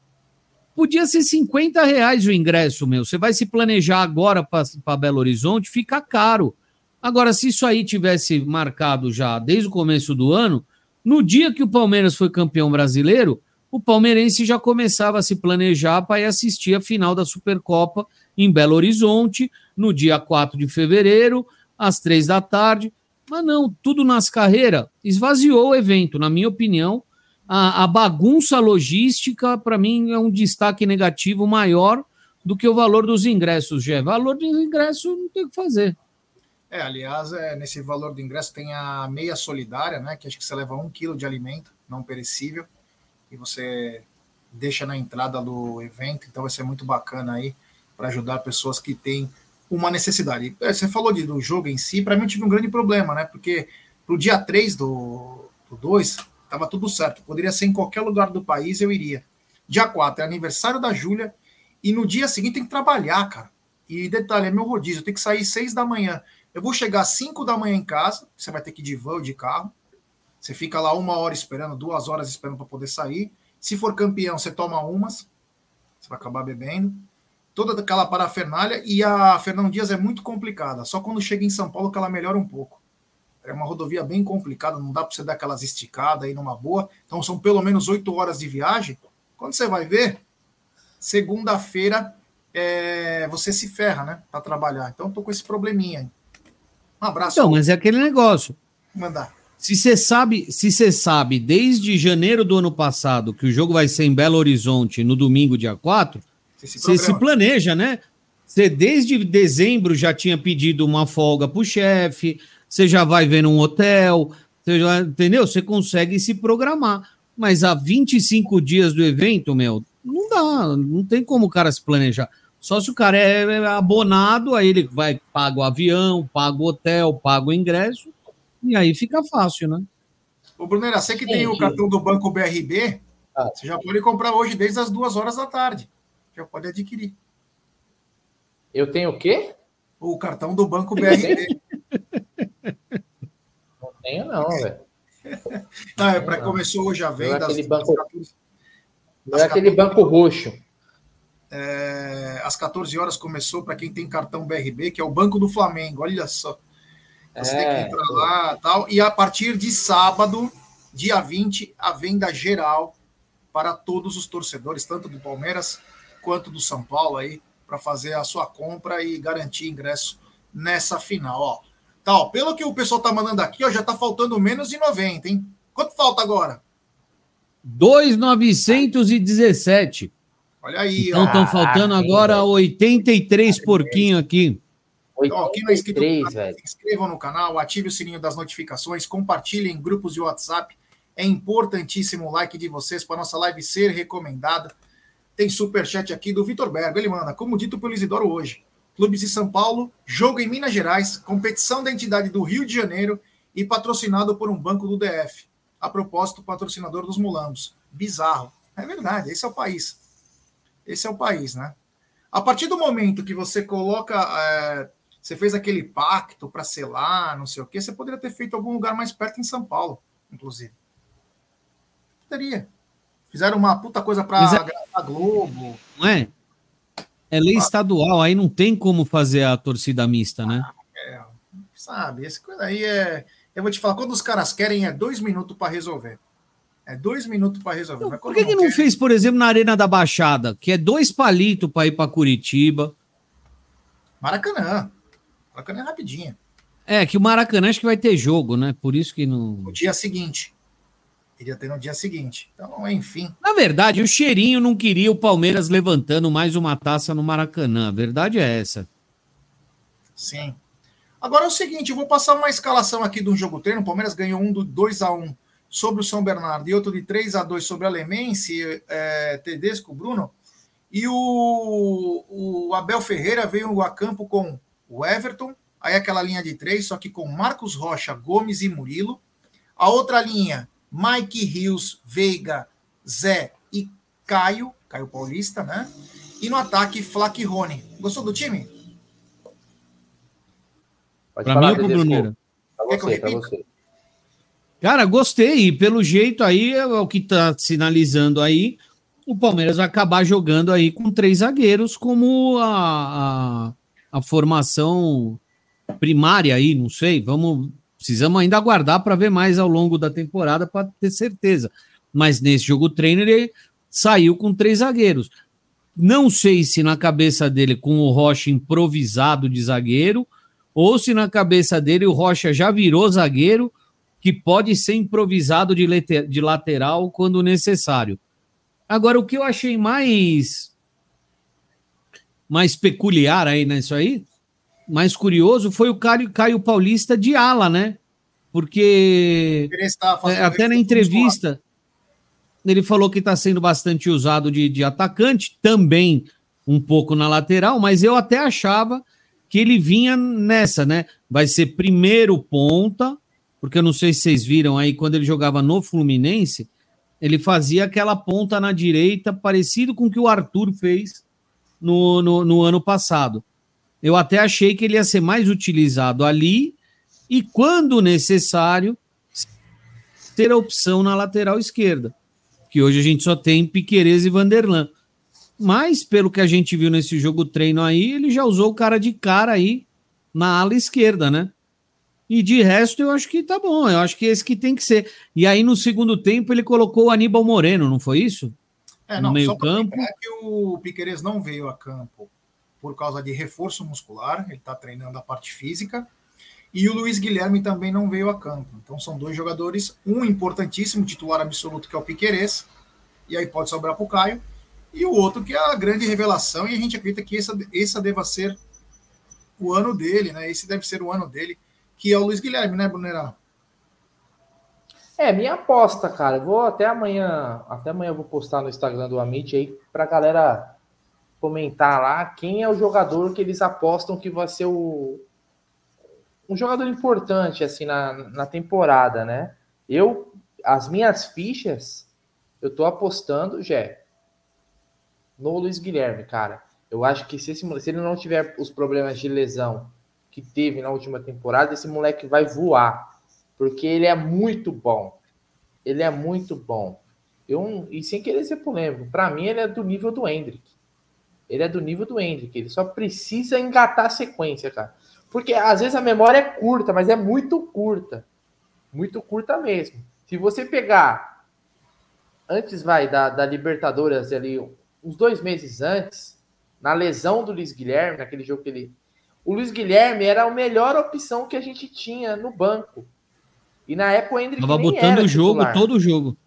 Podia ser cinquenta reais o ingresso, meu. Você vai se planejar agora para Belo Horizonte, fica caro. Agora, se isso aí tivesse marcado já desde o começo do ano, no dia que o Palmeiras foi campeão brasileiro, o palmeirense já começava a se planejar para ir assistir a final da Supercopa em Belo Horizonte, no dia quatro de fevereiro, às três da tarde. Mas não, tudo nas carreiras, esvaziou o evento, na minha opinião. A, a bagunça logística, para mim, é um destaque negativo maior do que o valor dos ingressos, Gé. Valor do ingresso não tem o que fazer. É, aliás, é, nesse valor do ingresso tem a meia solidária, né? Que acho que você leva um quilo de alimento não perecível e você deixa na entrada do evento, então vai ser muito bacana aí para ajudar pessoas que têm uma necessidade. Você falou de, do jogo em si, para mim eu tive um grande problema, né? Porque pro dia três do dois estava tudo certo, poderia ser em qualquer lugar do país, eu iria. Dia quatro é aniversário da Júlia e no dia seguinte tem que trabalhar, cara. E detalhe, é meu rodízio, eu tenho que sair seis da manhã. Eu vou chegar às cinco da manhã em casa, você vai ter que ir de van ou de carro. Você fica lá uma hora esperando, duas horas esperando para poder sair. Se for campeão, você toma umas, você vai acabar bebendo. Toda aquela parafernália, e a Fernão Dias é muito complicada. Só quando chega em São Paulo que ela melhora um pouco. É uma rodovia bem complicada, não dá para você dar aquelas esticadas aí numa boa. Então são pelo menos oito horas de viagem. Quando você vai ver, segunda-feira é, você se ferra, né, para trabalhar. Então tô com esse probleminha aí. Um abraço. Então, mas é aquele negócio. Mandar. Se você sabe, se você sabe desde janeiro do ano passado que o jogo vai ser em Belo Horizonte no domingo, dia quatro, você se planeja, né? Você desde dezembro já tinha pedido uma folga pro chefe, você já vai ver num hotel, você já, entendeu? Você consegue se programar. Mas há vinte e cinco dias do evento, meu, não dá, não tem como o cara se planejar. Só se o cara é abonado, aí ele vai, paga o avião, paga o hotel, paga o ingresso, e aí fica fácil, né? Ô, Brunera, você que tem o cartão do Banco B R B, ah. Você já pode comprar hoje desde as duas horas da tarde. Já pode adquirir. Eu tenho o quê? O cartão do Banco B R B. Não tenho não, velho. Não, é para começou hoje a venda. Não é aquele banco, quatorze, não é aquele banco roxo. É, às quatorze horas começou para quem tem cartão B R B, que é o Banco do Flamengo. Olha só. Você é, tem que entrar lá e tal. E a partir de sábado, dia vinte, a venda geral para todos os torcedores, tanto do Palmeiras quanto do São Paulo, aí, para fazer a sua compra e garantir ingresso nessa final. Ó. Tá, ó, pelo que o pessoal tá mandando aqui, ó, já tá faltando menos de noventa, hein? Quanto falta agora? dois mil novecentos e dezessete. Olha aí, então, ó. Então estão faltando ah, agora oitenta e três porquinho aqui. Então, ó, quem não é inscrito no canal, se inscrevam no canal, ative o sininho das notificações, compartilhem em grupos de WhatsApp. É importantíssimo o like de vocês para nossa live ser recomendada. Tem superchat aqui do Vitor Bergo. Ele manda, como dito pelo Isidoro hoje, Clubes de São Paulo, jogo em Minas Gerais, competição da entidade do Rio de Janeiro e patrocinado por um banco do D F. A propósito, patrocinador dos mulambos. Bizarro. É verdade, esse é o país. Esse é o país, né? A partir do momento que você coloca... É, você fez aquele pacto para selar, não sei o quê, você poderia ter feito em algum lugar mais perto em São Paulo, inclusive. Poderia. Fizeram uma puta coisa para é... a Globo. Não é? É lei estadual, aí não tem como fazer a torcida mista, né? É, sabe, essa coisa aí é... Eu vou te falar, quando os caras querem, é dois minutos para resolver. É dois minutos para resolver. Então, mas por que não, que não quer... fez, por exemplo, na Arena da Baixada, que é dois palitos para ir para Curitiba? Maracanã. Maracanã é rapidinho. É, que o Maracanã acho que vai ter jogo, né? Por isso que não... No dia seguinte. Iria ter no dia seguinte. Então, enfim. Na verdade, o cheirinho não queria o Palmeiras levantando mais uma taça no Maracanã. A verdade é essa. Sim. Agora é o seguinte, eu vou passar uma escalação aqui de um jogo treino. O Palmeiras ganhou um do dois a um sobre o São Bernardo e outro de três a dois sobre a Alemense, é, Tedesco, Bruno. E o, o Abel Ferreira veio a campo com o Everton, aí aquela linha de três, só que com Marcos Rocha, Gomes e Murilo. A outra linha, Mike Rios, Veiga, Zé e Caio, Caio Paulista, né? E no ataque, Flaque e Rony. Gostou do time? Para mim ou pro Bruneira? Para você, para você. Cara, gostei. E pelo jeito aí, é o que tá sinalizando aí, o Palmeiras vai acabar jogando aí com três zagueiros como a, a, a formação primária aí, não sei. Vamos, precisamos ainda aguardar para ver mais ao longo da temporada para ter certeza. Mas nesse jogo treino ele saiu com três zagueiros. Não sei se na cabeça dele com o Rocha improvisado de zagueiro ou se na cabeça dele o Rocha já virou zagueiro que pode ser improvisado de, lete- de lateral quando necessário. Agora, o que eu achei mais mais peculiar aí nisso aí, mais curioso, foi o Caio, Caio Paulista de ala, né? Porque é, até na entrevista ele falou que está sendo bastante usado de, de atacante, também um pouco na lateral, mas eu até achava que ele vinha nessa, né? Vai ser primeiro ponta, porque eu não sei se vocês viram aí, quando ele jogava no Fluminense, ele fazia aquela ponta na direita, parecido com o que o Arthur fez no, no, no ano passado. Eu até achei que ele ia ser mais utilizado ali e, quando necessário, ter a opção na lateral esquerda, que hoje a gente só tem Piquerez e Vanderlan. Mas, pelo que a gente viu nesse jogo treino aí, ele já usou o cara de cara aí na ala esquerda, né? E de resto, eu acho que tá bom. Eu acho que esse que tem que ser. E aí, no segundo tempo, ele colocou o Aníbal Moreno, não foi isso? É, no não, meio só para campo. lembrar que o Piquerez não veio a campo por causa de reforço muscular, ele está treinando a parte física, e o Luiz Guilherme também não veio a campo. Então são dois jogadores, um importantíssimo, titular absoluto, que é o Piquerez, e aí pode sobrar para o Caio, e o outro que é a grande revelação, e a gente acredita que esse, esse deva ser o ano dele, né? Esse deve ser o ano dele, que é o Luiz Guilherme, né, Brunerá? É, minha aposta, cara. Eu vou até amanhã, até amanhã eu vou postar no Instagram do Amit aí pra galera comentar lá quem é o jogador que eles apostam que vai ser o um jogador importante assim na, na temporada, né? Eu, as minhas fichas, eu tô apostando, Jé, no Luiz Guilherme, cara. Eu acho que se, esse, se ele não tiver os problemas de lesão que teve na última temporada, esse moleque vai voar. Porque ele é muito bom. Ele é muito bom. Eu, e sem querer ser polêmico, para mim ele é do nível do Endrick. Ele é do nível do Endrick. Ele só precisa engatar a sequência, cara. Porque às vezes a memória é curta, mas é muito curta. Muito curta mesmo. Se você pegar antes, vai, da, da Libertadores ali, uns dois meses antes, na lesão do Luiz Guilherme, naquele jogo que ele... O Luiz Guilherme era a melhor opção que a gente tinha no banco. E na época o Endrick Tava nem botando era o jogo, titular. todo o jogo.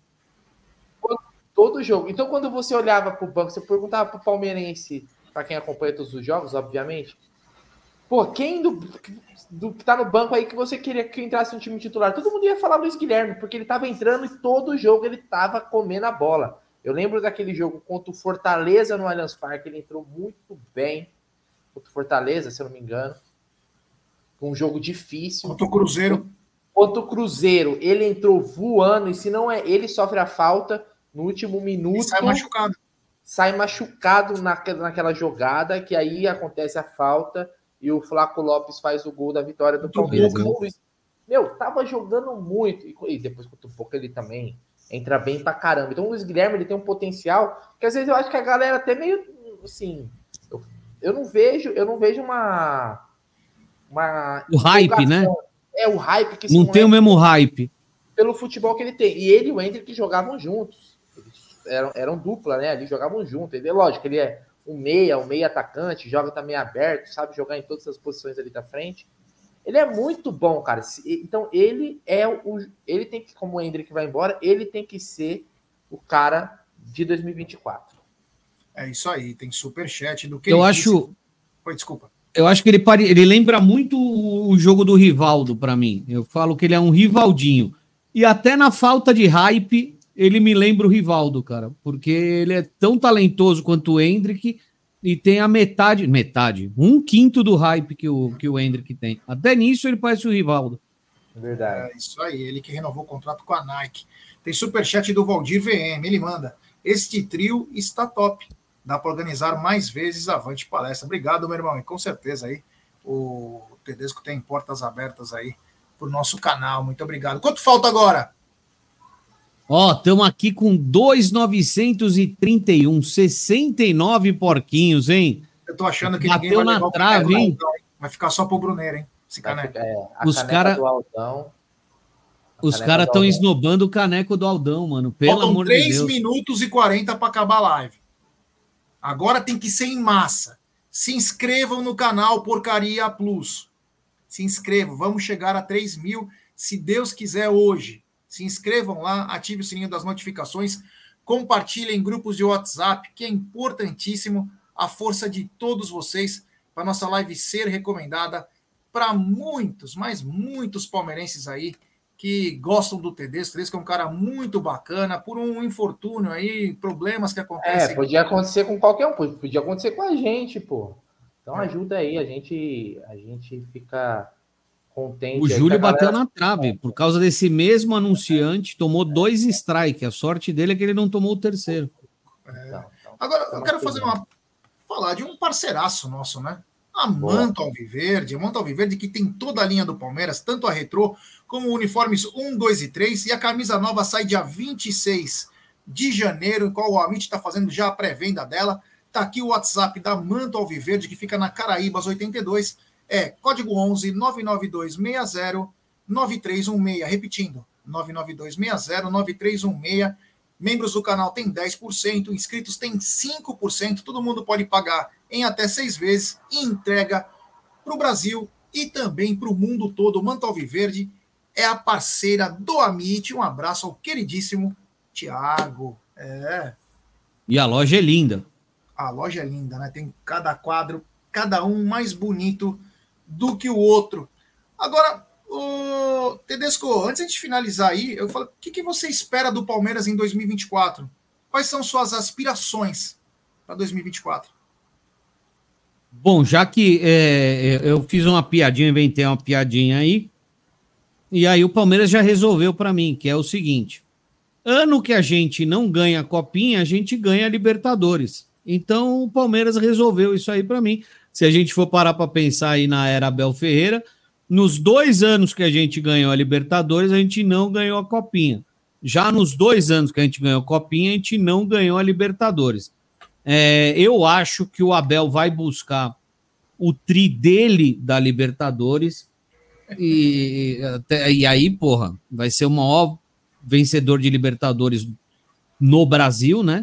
Todo jogo. Então, quando você olhava para o banco, você perguntava para o palmeirense, para quem acompanha todos os jogos, obviamente, pô, quem do, do que tá no banco aí que você queria que entrasse no time titular? Todo mundo ia falar Luiz Guilherme, porque ele tava entrando e todo jogo ele tava comendo a bola. Eu lembro daquele jogo contra o Fortaleza no Allianz Parque, ele entrou muito bem contra o Fortaleza, se eu não me engano. Um jogo difícil. Contra o Cruzeiro. Contra o Cruzeiro, ele entrou voando, e se não é, ele sofre a falta no último minuto. E sai machucado. Sai machucado naquela, naquela jogada, que aí acontece a falta e o Flaco Lopes faz o gol da vitória do Palmeiras. Então, Luiz, meu, tava jogando muito. E depois contra o Boca ele também entra bem pra caramba. Então o Luiz Guilherme ele tem um potencial que às vezes eu acho que a galera até meio assim. Eu, eu não vejo, eu não vejo uma. uma o hype, né? É o hype que não tem o mesmo hype pelo futebol que ele tem. E ele e o Endrick jogavam juntos. Eles eram, eram dupla, né? Eles jogavam juntos. Ele, lógico, ele é um meia, um meia atacante, joga também aberto, sabe jogar em todas as posições ali da frente. Ele é muito bom, cara. Então, ele é o. Ele tem que, como o Hendrick vai embora, ele tem que ser o cara de dois mil e vinte e quatro. É isso aí, tem superchat do que Eu ele acho. Disse. Foi, desculpa. Eu acho que ele, pare... ele lembra muito o jogo do Rivaldo para mim. Eu falo que ele é um Rivaldinho. E até na falta de hype, ele me lembra o Rivaldo, cara. Porque ele é tão talentoso quanto o Hendrick e tem a metade, metade, um quinto do hype que o, que o Hendrick tem. Até nisso ele parece o Rivaldo. Verdade. É isso aí, ele que renovou o contrato com a Nike. Tem superchat do Valdir V M, ele manda: este trio está top. Dá para organizar mais vezes, avante palestra. Obrigado, meu irmão. E com certeza aí o Tedesco tem portas abertas aí para o nosso canal. Muito obrigado. Quanto falta agora? Ó, estamos aqui com dois mil novecentos e trinta e um, sessenta e nove porquinhos, hein? Eu tô achando que Bateu ninguém vai na trave, hein? Aldão, hein? Vai ficar só pro Bruneiro, hein? Esse caneco. É, a Os caras Os caras estão esnobando o caneco do Aldão, mano. Pelo Faltam amor de Deus. três minutos e quarenta para acabar a live. Agora tem que ser em massa. Se inscrevam no canal Porcaria Plus. Se inscrevam. Vamos chegar a três mil, se Deus quiser, hoje. Se inscrevam lá, ative o sininho das notificações, compartilhem em grupos de WhatsApp, que é importantíssimo a força de todos vocês para nossa live ser recomendada para muitos, mas muitos palmeirenses aí que gostam do Tedesco. Tedesco é um cara muito bacana, por um infortúnio aí, problemas que acontecem. É, podia acontecer com qualquer um, podia acontecer com a gente, pô. Então ajuda aí, a gente, a gente fica contente. O Júlio bateu na trave, por causa desse mesmo anunciante, tomou dois strikes. A sorte dele é que ele não tomou o terceiro. É. Agora, eu quero fazer uma... falar de um parceiraço nosso, né? A Manto Alviverde, a Manto Alviverde que tem toda a linha do Palmeiras, tanto a retrô como uniformes um, dois e três, e a camisa nova sai dia vinte e seis de janeiro, em qual o Amit está fazendo já a pré-venda dela. Tá aqui o WhatsApp da Manto Alviverde, que fica na Caraíbas oitenta e dois, é código onze nove nove dois seis zero nove três um seis, repetindo, nove nove dois seis zero nove três um seis. Membros do canal tem dez por cento, inscritos tem cinco por cento, todo mundo pode pagar em até seis vezes e entrega para o Brasil e também para o mundo todo. Manto Alviverde é a parceira do Amit. Um abraço ao queridíssimo Thiago. É. E a loja é linda. A loja é linda, né? Tem cada quadro, cada um mais bonito do que o outro. Agora, o Tedesco, antes de finalizar aí, eu falo, o que, que você espera do Palmeiras em dois mil e vinte e quatro? Quais são suas aspirações para dois mil e vinte e quatro? Bom, já que é, eu fiz uma piadinha, inventei uma piadinha aí, e aí o Palmeiras já resolveu para mim, que é o seguinte: ano que a gente não ganha a Copinha, a gente ganha a Libertadores. Então o Palmeiras resolveu isso aí para mim. Se a gente for parar para pensar aí na era Abel Ferreira, nos dois anos que a gente ganhou a Libertadores, a gente não ganhou a Copinha. Já nos dois anos que a gente ganhou a Copinha, a gente não ganhou a Libertadores. É, eu acho que o Abel vai buscar o tri dele da Libertadores e, até, e aí, porra, vai ser o maior vencedor de Libertadores no Brasil, né?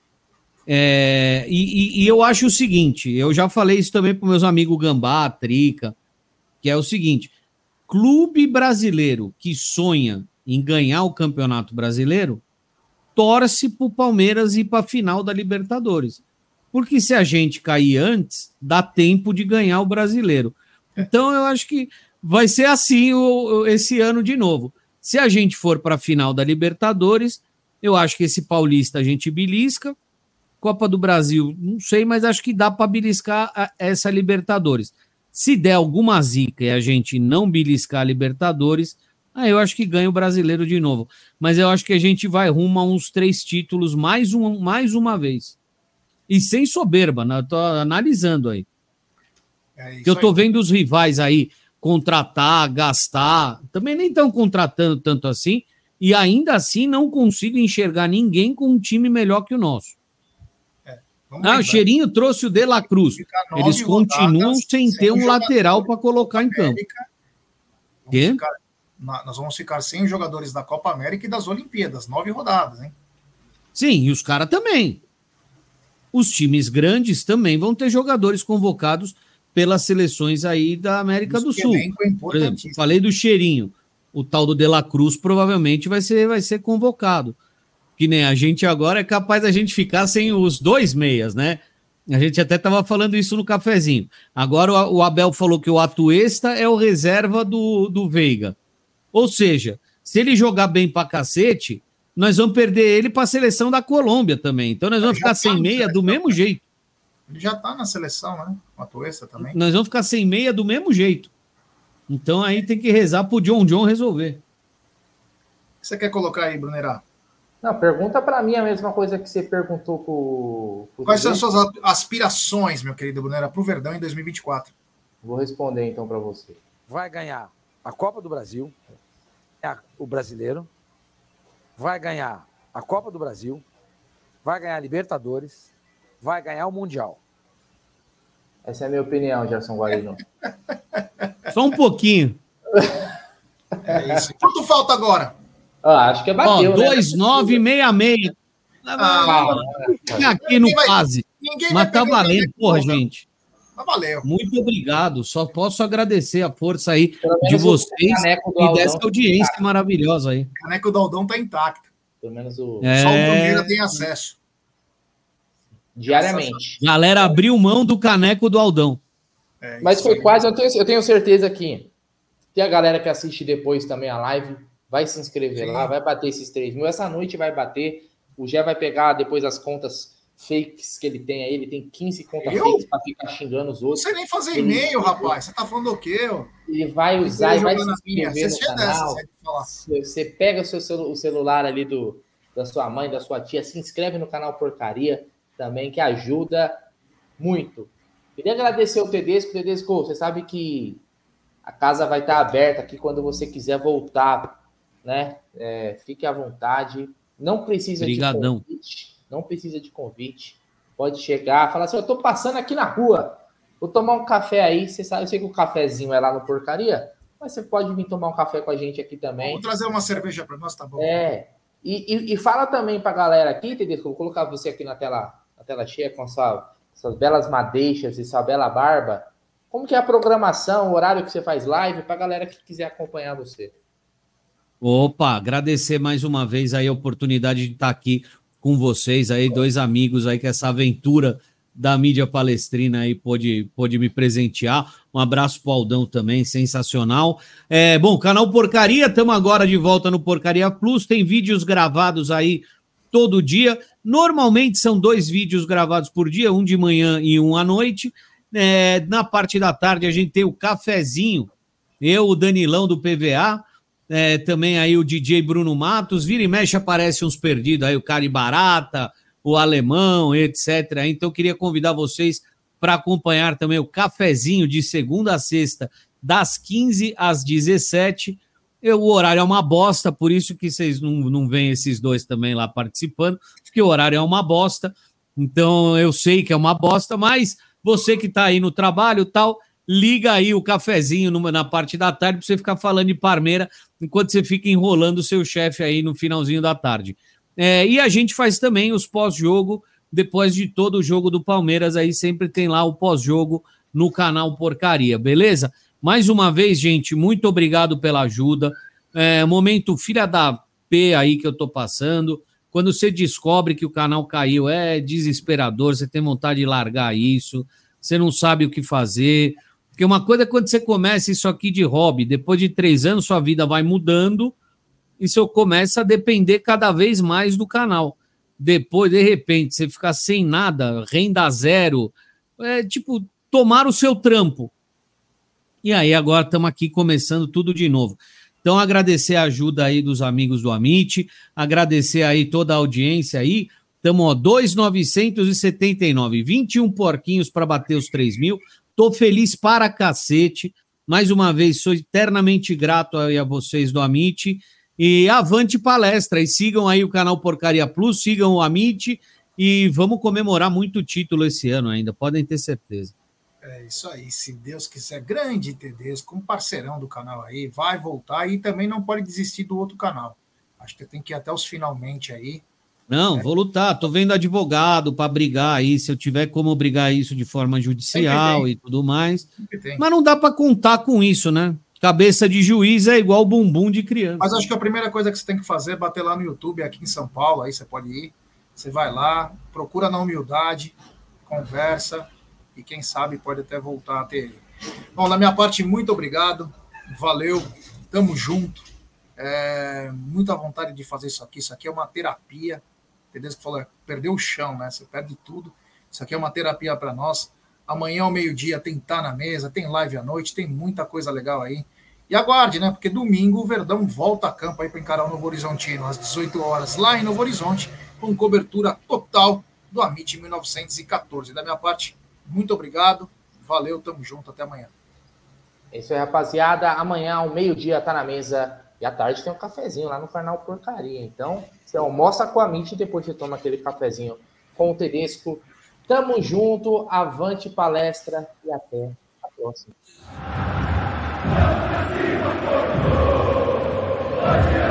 É, e, e eu acho o seguinte, eu já falei isso também para meus amigos Gambá, Trica, que é o seguinte: clube brasileiro que sonha em ganhar o Campeonato Brasileiro torce para o Palmeiras ir para a final da Libertadores. Porque se a gente cair antes, dá tempo de ganhar o Brasileiro. Então eu acho que vai ser assim o, esse ano de novo. Se a gente for para a final da Libertadores, eu acho que esse paulista a gente belisca. Copa do Brasil, não sei, mas acho que dá para beliscar a, essa Libertadores. Se der alguma zica e a gente não beliscar a Libertadores, aí eu acho que ganha o Brasileiro de novo. Mas eu acho que a gente vai rumo a uns três títulos mais, um, mais uma vez. E sem soberba, né? Eu tô analisando aí. É eu tô aí. Vendo os rivais aí contratar, gastar. Também nem estão contratando tanto assim. E ainda assim não consigo enxergar ninguém com um time melhor que o nosso. Ah, o Cheirinho trouxe o De La Cruz. Eles continuam sem, sem ter um lateral para colocar em campo. Vamos ficar, nós vamos ficar sem os jogadores da Copa América e das Olimpíadas. Nove rodadas, hein? Sim, e os caras também. Os times grandes também vão ter jogadores convocados pelas seleções aí da América do Sul. É Por exemplo, falei do Cheirinho. O tal do De La Cruz provavelmente vai ser, vai ser convocado. Que nem a gente agora é capaz da gente ficar sem os dois meias, né? A gente até estava falando isso no cafezinho. Agora o, o Abel falou que o Atuesta é o reserva do, do Veiga. Ou seja, se ele jogar bem pra cacete, nós vamos perder ele para a seleção da Colômbia também. Então nós vamos ficar tá sem meia do mesmo jeito. Ele já tá na seleção, né? O Atuesta também. Nós vamos ficar sem meia do mesmo jeito. Então aí tem que rezar pro John John resolver. O que você quer colocar aí, Brunerá? Não, pergunta para mim a mesma coisa que você perguntou pro... pro Quais são as suas aspirações, meu querido Brunerá, pro Verdão em dois mil e vinte e quatro? Vou responder então para você. Vai ganhar a Copa do Brasil, o brasileiro, vai ganhar a Copa do Brasil, vai ganhar a Libertadores, vai ganhar o Mundial. Essa é a minha opinião, Gerson Guarino. Só um pouquinho. É isso. Quanto falta agora? Ah, acho que é bateu, Ó, dois nove seis seis. Ah, aqui no quase. Mas tá valendo, porra, gente. Tá valeu. Muito obrigado. Só posso agradecer a força aí de vocês e dessa audiência tá maravilhosa aí. O caneco do Aldão tá intacto. Pelo menos o... É... Só o Bruneira tem acesso. Diariamente. Galera abriu mão do caneco do Aldão. É, Mas foi aí. quase, eu tenho, eu tenho certeza que tem a galera que assiste depois também a live, vai se inscrever Sim. lá, vai bater esses três mil. Essa noite vai bater. O Gé vai pegar depois as contas fakes que ele tem aí. Ele tem quinze contas eu? fakes para ficar xingando os outros. Você nem fazer ele... e-mail, rapaz. Você tá falando o quê? Ó? Ele vai usar e vai se inscrever no canal. Dessa, você pega o seu celu- o celular ali do, da sua mãe, da sua tia, se inscreve no canal Porcaria também, que ajuda muito. Queria agradecer o Tedesco. Tedesco, você sabe que a casa vai estar aberta aqui quando você quiser voltar, né? É, fique à vontade. Não precisa Obrigadão. de convite. Não precisa de convite. Pode chegar, falar assim, eu tô passando aqui na rua, vou tomar um café aí. Você sabe, eu sei que o cafezinho é lá no Porcaria, mas você pode vir tomar um café com a gente aqui também. Vou trazer uma cerveja para nós, tá bom? É. E, e, e fala também pra galera aqui, Tedesco, vou colocar você aqui na tela, na tela cheia com a sua, suas belas madeixas e sua bela barba. Como que é a programação, o horário que você faz live, pra galera que quiser acompanhar você? Opa, agradecer mais uma vez aí a oportunidade de estar aqui com vocês aí, dois amigos aí que essa aventura da mídia palestrina aí pôde, pôde me presentear. Um abraço pro Aldão também, sensacional. É, bom, canal Porcaria, estamos agora de volta no Porcaria Plus, tem vídeos gravados aí todo dia. Normalmente são dois vídeos gravados por dia, um de manhã e um à noite. É, na parte da tarde a gente tem o cafezinho, eu, o Danilão do P V A, é, também aí o D J Bruno Matos, vira e mexe aparece uns perdidos aí, o Cari Barata, o Alemão, etcétera. Então eu queria convidar vocês para acompanhar também o cafezinho de segunda a sexta, das quinze às dezessete. Eu, o horário é uma bosta, por isso que vocês não, não veem esses dois também lá participando, porque o horário é uma bosta. Então eu sei que é uma bosta, mas você que está aí no trabalho e tal, liga aí o cafezinho numa, na parte da tarde para você ficar falando de Parmeira enquanto você fica enrolando o seu chefe aí no finalzinho da tarde. É, e a gente faz também os pós-jogo, depois de todo o jogo do Palmeiras, aí sempre tem lá o pós-jogo no canal Porcaria, beleza? Mais uma vez, gente, muito obrigado pela ajuda. É, momento filha da P aí que eu tô passando. Quando você descobre que o canal caiu, é desesperador, você tem vontade de largar isso, você não sabe o que fazer. Porque uma coisa é quando você começa isso aqui de hobby, depois de três anos sua vida vai mudando e você começa a depender cada vez mais do canal. Depois, de repente, você ficar sem nada, renda zero, é tipo tomar o seu trampo. E aí agora estamos aqui começando tudo de novo. Então agradecer a ajuda aí dos amigos do Amit, agradecer aí toda a audiência aí. Estamos, ó, dois mil novecentos e setenta e nove, vinte e um porquinhos para bater os três mil. Tô feliz para cacete. Mais uma vez, sou eternamente grato aí a vocês do Amit. E avante palestra. E sigam aí o canal Porcaria Plus, sigam o Amit e vamos comemorar muito título esse ano ainda, podem ter certeza. É isso aí, se Deus quiser. Grande Tedesco, como parceirão do canal aí, vai voltar e também não pode desistir do outro canal. Acho que tem que ir até os finalmente aí. Não, vou lutar. Tô vendo advogado para brigar aí, se eu tiver como brigar isso de forma judicial e tudo mais. Mas não dá para contar com isso, né? Cabeça de juiz é igual bumbum de criança. Mas acho que a primeira coisa que você tem que fazer é bater lá no YouTube, aqui em São Paulo, aí você pode ir. Você vai lá, procura na humildade, conversa, e quem sabe pode até voltar a ter. Bom, da minha parte, muito obrigado. Valeu, tamo junto. É, muita vontade de fazer isso aqui. Isso aqui é uma terapia. Entendeu? Você falou, é, perdeu o chão, né? Você perde tudo. Isso aqui é uma terapia para nós. Amanhã ao meio-dia tem Tá na Mesa, tem live à noite, tem muita coisa legal aí. E aguarde, né? Porque domingo o Verdão volta a campo aí para encarar o Novo Horizontino às dezoito horas, lá em Novo Horizonte, com cobertura total do Amit mil novecentos e quatorze. Da minha parte, muito obrigado. Valeu, tamo junto, até amanhã. É isso aí, rapaziada. Amanhã ao meio-dia Tá na Mesa. E à tarde tem um cafezinho lá no canal Porcaria. Então, você almoça com a Amit e depois você toma aquele cafezinho com o Tedesco. Tamo junto, avante palestra e até a próxima.